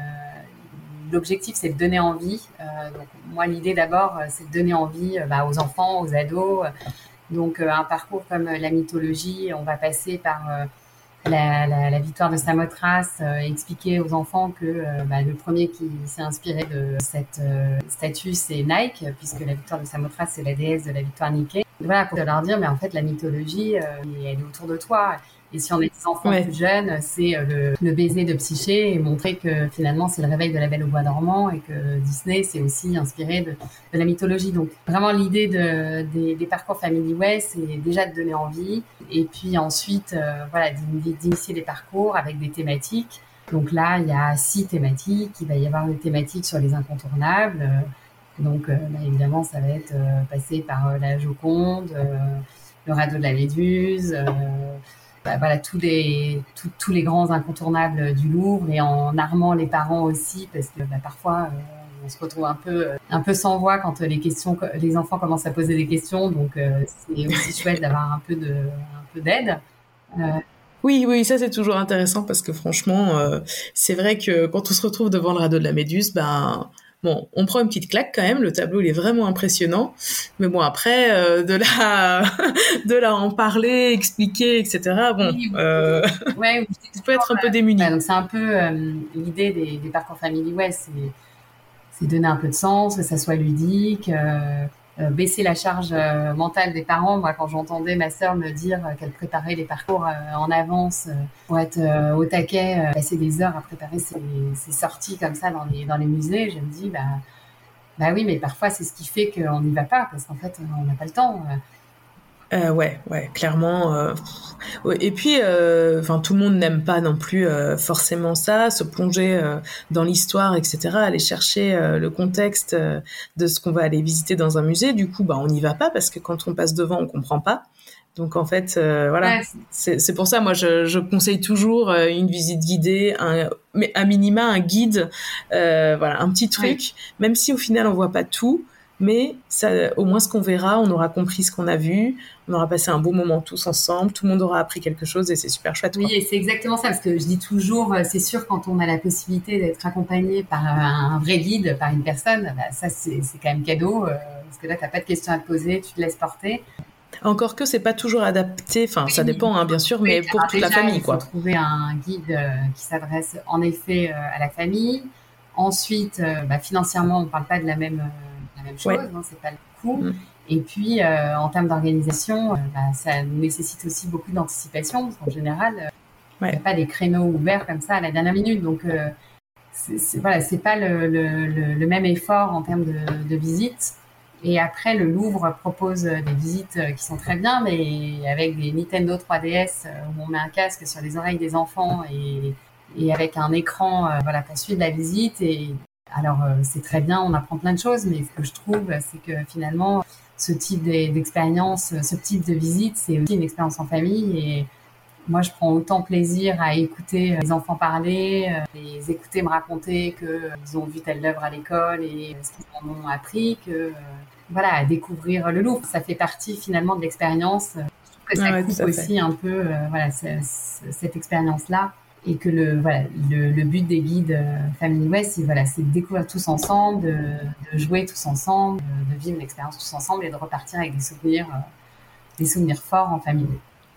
l'objectif, c'est de donner envie. Euh, donc moi, l'idée d'abord, c'est de donner envie euh, bah, aux enfants, aux ados. Donc euh, un parcours comme la mythologie, on va passer par euh, La, la, la victoire de Samothrace, euh, expliquer aux enfants que euh, bah, le premier qui s'est inspiré de cette euh, statue, c'est Nike, puisque la victoire de Samothrace, c'est la déesse de la victoire Nike. Voilà, pour leur dire, mais en fait, la mythologie, euh, elle est autour de toi. Et si on est des enfants ouais. plus jeunes, c'est euh, le, le baiser de Psyché et montrer que finalement, c'est le réveil de la Belle au bois dormant et que Disney s'est aussi inspiré de, de la mythologie. Donc, vraiment, l'idée de, des, des parcours Family Way, c'est déjà de donner envie. Et puis ensuite, euh, voilà, d'initier des parcours avec des thématiques. Donc là, il y a six thématiques. Il va y avoir une thématique sur les incontournables. Donc, euh, bah, évidemment, ça va être euh, passé par euh, la Joconde, euh, le radeau de la Méduse, euh, bah, voilà, tous les, tout, tous les grands incontournables du Louvre, et en armant les parents aussi, parce que bah, parfois, euh, on se retrouve un peu, un peu sans voix quand les, questions, les enfants commencent à poser des questions. Donc, euh, c'est aussi chouette d'avoir un peu, de, un peu d'aide. Euh, Oui, oui, ça c'est toujours intéressant parce que franchement, euh, c'est vrai que quand on se retrouve devant le radeau de la Méduse, ben bon, on prend une petite claque quand même. Le tableau il est vraiment impressionnant, mais bon après euh, de là, de là en parler, expliquer, et cetera. Bon, oui, euh, ouais, tu peux être un peu démuni. Ouais, donc c'est un peu euh, l'idée des, des parcours Family Way, c'est c'est donner un peu de sens, que ça soit ludique. Euh, Euh, baisser la charge euh, mentale des parents. Moi, quand j'entendais ma sœur me dire euh, qu'elle préparait les parcours euh, en avance euh, pour être euh, au taquet, euh, passer des heures à préparer ses, ses sorties comme ça dans les, dans les musées, je me dis, bah, bah oui, mais parfois c'est ce qui fait qu'on n'y va pas, parce qu'en fait, on n'a pas le temps. Euh, ouais, ouais, clairement. Euh... Et puis, euh, enfin, tout le monde n'aime pas non plus euh, forcément ça, se plonger euh, dans l'histoire, et cetera, aller chercher euh, le contexte euh, de ce qu'on va aller visiter dans un musée. Du coup, bah, on n'y va pas parce que quand on passe devant, on comprend pas. Donc en fait, euh, voilà, ouais. c'est, c'est pour ça, moi, je, je conseille toujours euh, une visite guidée, un, mais à minima un guide, euh, voilà, un petit truc, ouais. Même si au final on voit pas tout. Mais ça, au moins ce qu'on verra, on aura compris ce qu'on a vu, on aura passé un beau moment tous ensemble, tout le monde aura appris quelque chose et c'est super chouette. Oui, quoi. Et c'est exactement ça, parce que je dis toujours, c'est sûr, quand on a la possibilité d'être accompagné par un vrai guide, par une personne, bah ça c'est, c'est quand même cadeau, euh, parce que là t'as pas de questions à te poser, tu te laisses porter. Encore que c'est pas toujours adapté, enfin oui, ça dépend hein, bien sûr, mais pour toute déjà, la famille. Il faut quoi. trouver un guide euh, qui s'adresse en effet euh, à la famille. Ensuite, euh, bah, financièrement, on parle pas de la même... Euh, la même chose, ouais. Hein, c'est pas le coût. Mmh. Et puis, euh, en termes d'organisation, euh, bah, ça nécessite aussi beaucoup d'anticipation, parce qu'en général, il euh, n'y ouais. a pas des créneaux ouverts comme ça à la dernière minute. Donc, euh, c'est, c'est, voilà, c'est pas le, le, le, le même effort en termes de, de visite. Et après, le Louvre propose des visites qui sont très bien, mais avec des Nintendo trois D S où on met un casque sur les oreilles des enfants et, et avec un écran euh, voilà, pour suivre la visite. Et alors, euh, c'est très bien, on apprend plein de choses, mais ce que je trouve, c'est que finalement, ce type d'expérience, ce type de visite, c'est aussi une expérience en famille. Et moi, je prends autant plaisir à écouter les enfants parler, les écouter me raconter qu'ils ont vu telle œuvre à l'école et ce qu'ils en ont appris, que euh, voilà, à découvrir le Louvre. Ça fait partie finalement de l'expérience. Je trouve que ça ouais, coupe aussi un peu euh, voilà, c'est, c'est, cette expérience-là. Et que le, voilà, le, le but des guides euh, Family Way, c'est, voilà, c'est de découvrir tous ensemble, de, de jouer tous ensemble, de, de vivre l'expérience tous ensemble et de repartir avec des souvenirs, euh, des souvenirs forts en famille.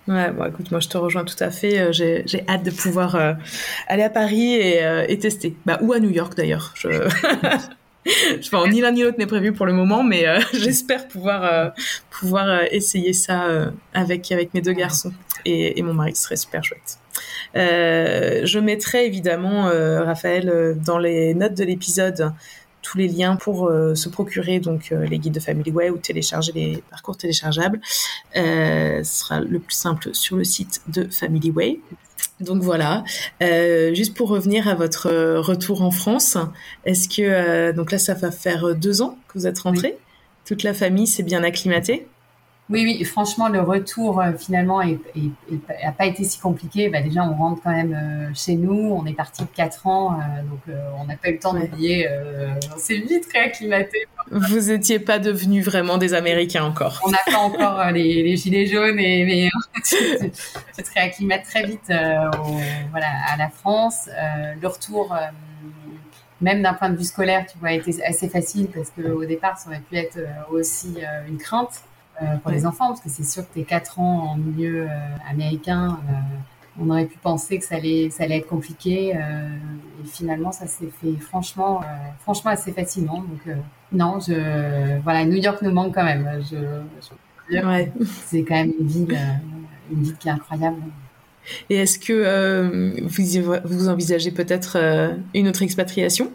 Ouais, bon, écoute, moi je te rejoins tout à fait. Euh, J'ai, j'ai hâte de pouvoir euh, aller à Paris et, euh, et tester. Bah, ou à New York d'ailleurs. Je... je enfin, ni l'un ni l'autre n'est prévu pour le moment, mais euh, j'espère pouvoir euh, pouvoir euh, essayer ça euh, avec avec mes deux garçons et, et mon mari. Ce serait super chouette. Euh, je mettrai évidemment, euh, Raphaël, dans les notes de l'épisode, tous les liens pour euh, se procurer donc euh, les guides de FamilyWay ou télécharger les parcours téléchargeables. Euh, ce sera le plus simple sur le site de FamilyWay. Donc voilà. Euh, juste pour revenir à votre retour en France, est-ce que euh, donc là ça va faire deux ans que vous êtes rentrés? Oui. Toute la famille s'est bien acclimatée? Oui, oui, franchement, le retour, euh, finalement, n'a pas été si compliqué. Bah, déjà, on rentre quand même euh, chez nous. On est parti de quatre ans, euh, donc euh, on n'a pas eu le temps ouais. d'oublier. Euh, on s'est vite réacclimaté. Vous n'étiez pas devenus vraiment des Américains encore. On n'a pas encore euh, les, les gilets jaunes, et, mais tu, tu, tu te réacclimates très vite euh, au, voilà, à la France. Euh, le retour, euh, même d'un point de vue scolaire, tu vois, a été assez facile parce qu'au départ, ça aurait pu être aussi euh, une crainte. Euh, pour ouais. les enfants, parce que c'est sûr que t'es quatre ans en milieu euh, américain, euh, on aurait pu penser que ça allait, ça allait être compliqué, euh, et finalement ça s'est fait franchement, euh, franchement assez facilement. Donc euh, non, je, voilà, New York nous manque quand même. Je, je ouais. C'est quand même une ville, euh, une ville qui est incroyable. Et est-ce que euh, vous, vous envisagez peut-être euh, une autre expatriation?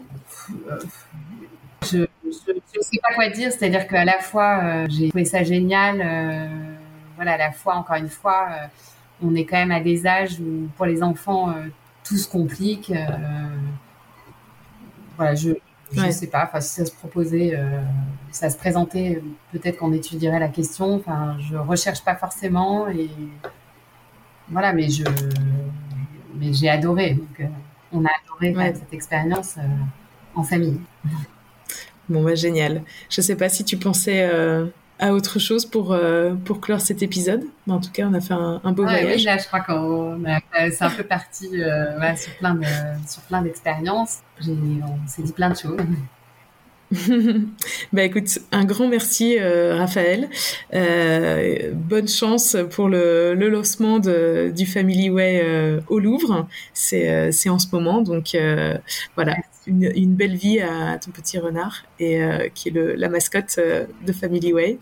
Je Je ne sais pas quoi dire, c'est-à-dire qu'à la fois, euh, j'ai trouvé ça génial. Euh, voilà, à la fois, encore une fois, euh, on est quand même à des âges où, pour les enfants, euh, tout se complique. Euh, voilà, je ne ouais. sais pas. Enfin, si ça se proposait, euh, ça se présentait, peut-être qu'on étudierait la question. Enfin, je recherche pas forcément. Et voilà, mais je, mais j'ai adoré. Donc, euh, on a adoré ouais. cette expérience euh, en famille. Bon, bah, génial. Je ne sais pas si tu pensais euh, à autre chose pour, euh, pour clore cet épisode. Mais en tout cas, on a fait un, un beau ouais, voyage. Oui, là, je crois qu'on a, c'est un peu parti euh, ouais, sur plein de, sur plein d'expériences. J'ai, on s'est dit plein de choses. Bah écoute, un grand merci euh, Raphaël. Euh, bonne chance pour le, le lancement de, du FamilyWay euh, au Louvre. C'est, euh, c'est en ce moment, donc euh, voilà, une, une belle vie à ton petit renard et euh, qui est le, la mascotte euh, de FamilyWay.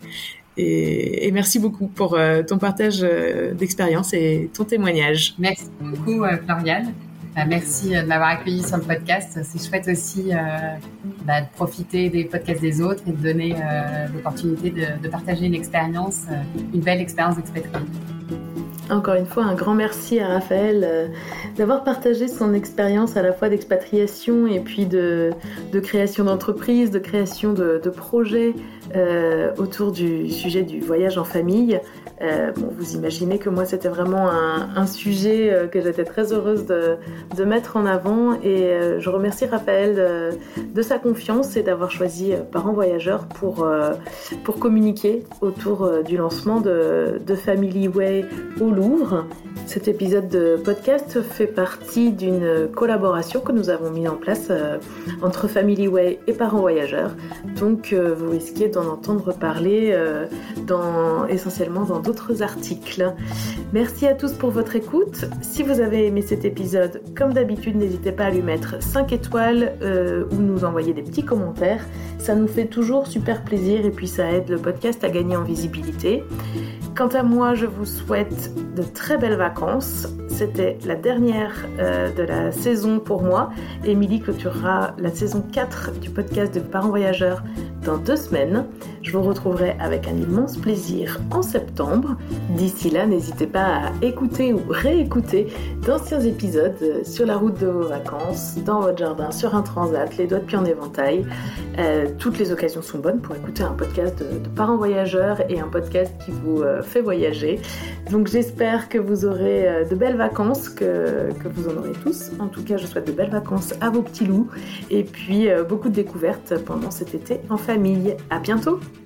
Et, et merci beaucoup pour euh, ton partage euh, d'expérience et ton témoignage. Merci beaucoup euh, Floriane. Bah, merci de m'avoir accueilli sur le podcast. C'est chouette aussi euh, bah, de profiter des podcasts des autres et de donner euh, l'opportunité de, de partager une expérience, euh, une belle expérience d'expatrié. Encore une fois, un grand merci à Raphaël euh, d'avoir partagé son expérience à la fois d'expatriation et puis de, de création d'entreprise, de création de, de projets euh, autour du sujet du voyage en famille. Euh, bon, vous imaginez que moi, c'était vraiment un, un sujet euh, que j'étais très heureuse de, de mettre en avant et euh, je remercie Raphaël euh, de sa confiance et d'avoir choisi euh, Parents Voyageurs pour, euh, pour communiquer autour euh, du lancement de, de FamilyWay au Louvre. Cet épisode de podcast fait partie d'une collaboration que nous avons mis en place euh, entre FamilyWay et Parents Voyageurs. Donc, euh, vous risquez d'en entendre parler euh, dans, essentiellement dans d'autres articles. Merci à tous pour votre écoute. Si vous avez aimé cet épisode, comme d'habitude, n'hésitez pas à lui mettre cinq étoiles euh, ou nous envoyer des petits commentaires. Ça nous fait toujours super plaisir et puis ça aide le podcast à gagner en visibilité. Quant à moi, je vous souhaite de très belles vacances. C'était la dernière euh, de la saison pour moi. Émilie clôturera la saison quatre du podcast de Parents Voyageurs dans deux semaines. Je vous retrouverai avec un immense plaisir en septembre. D'ici là, n'hésitez pas à écouter ou réécouter d'anciens épisodes sur la route de vos vacances, dans votre jardin, sur un transat, les doigts de pied en éventail. Euh, toutes les occasions sont bonnes pour écouter un podcast de, de Parents Voyageurs et un podcast qui vous euh, fait voyager. Donc j'espère que vous aurez euh, de belles vacances, que, que vous en aurez tous. En tout cas, je souhaite de belles vacances à vos petits loups et puis euh, beaucoup de découvertes pendant cet été en famille. À bientôt!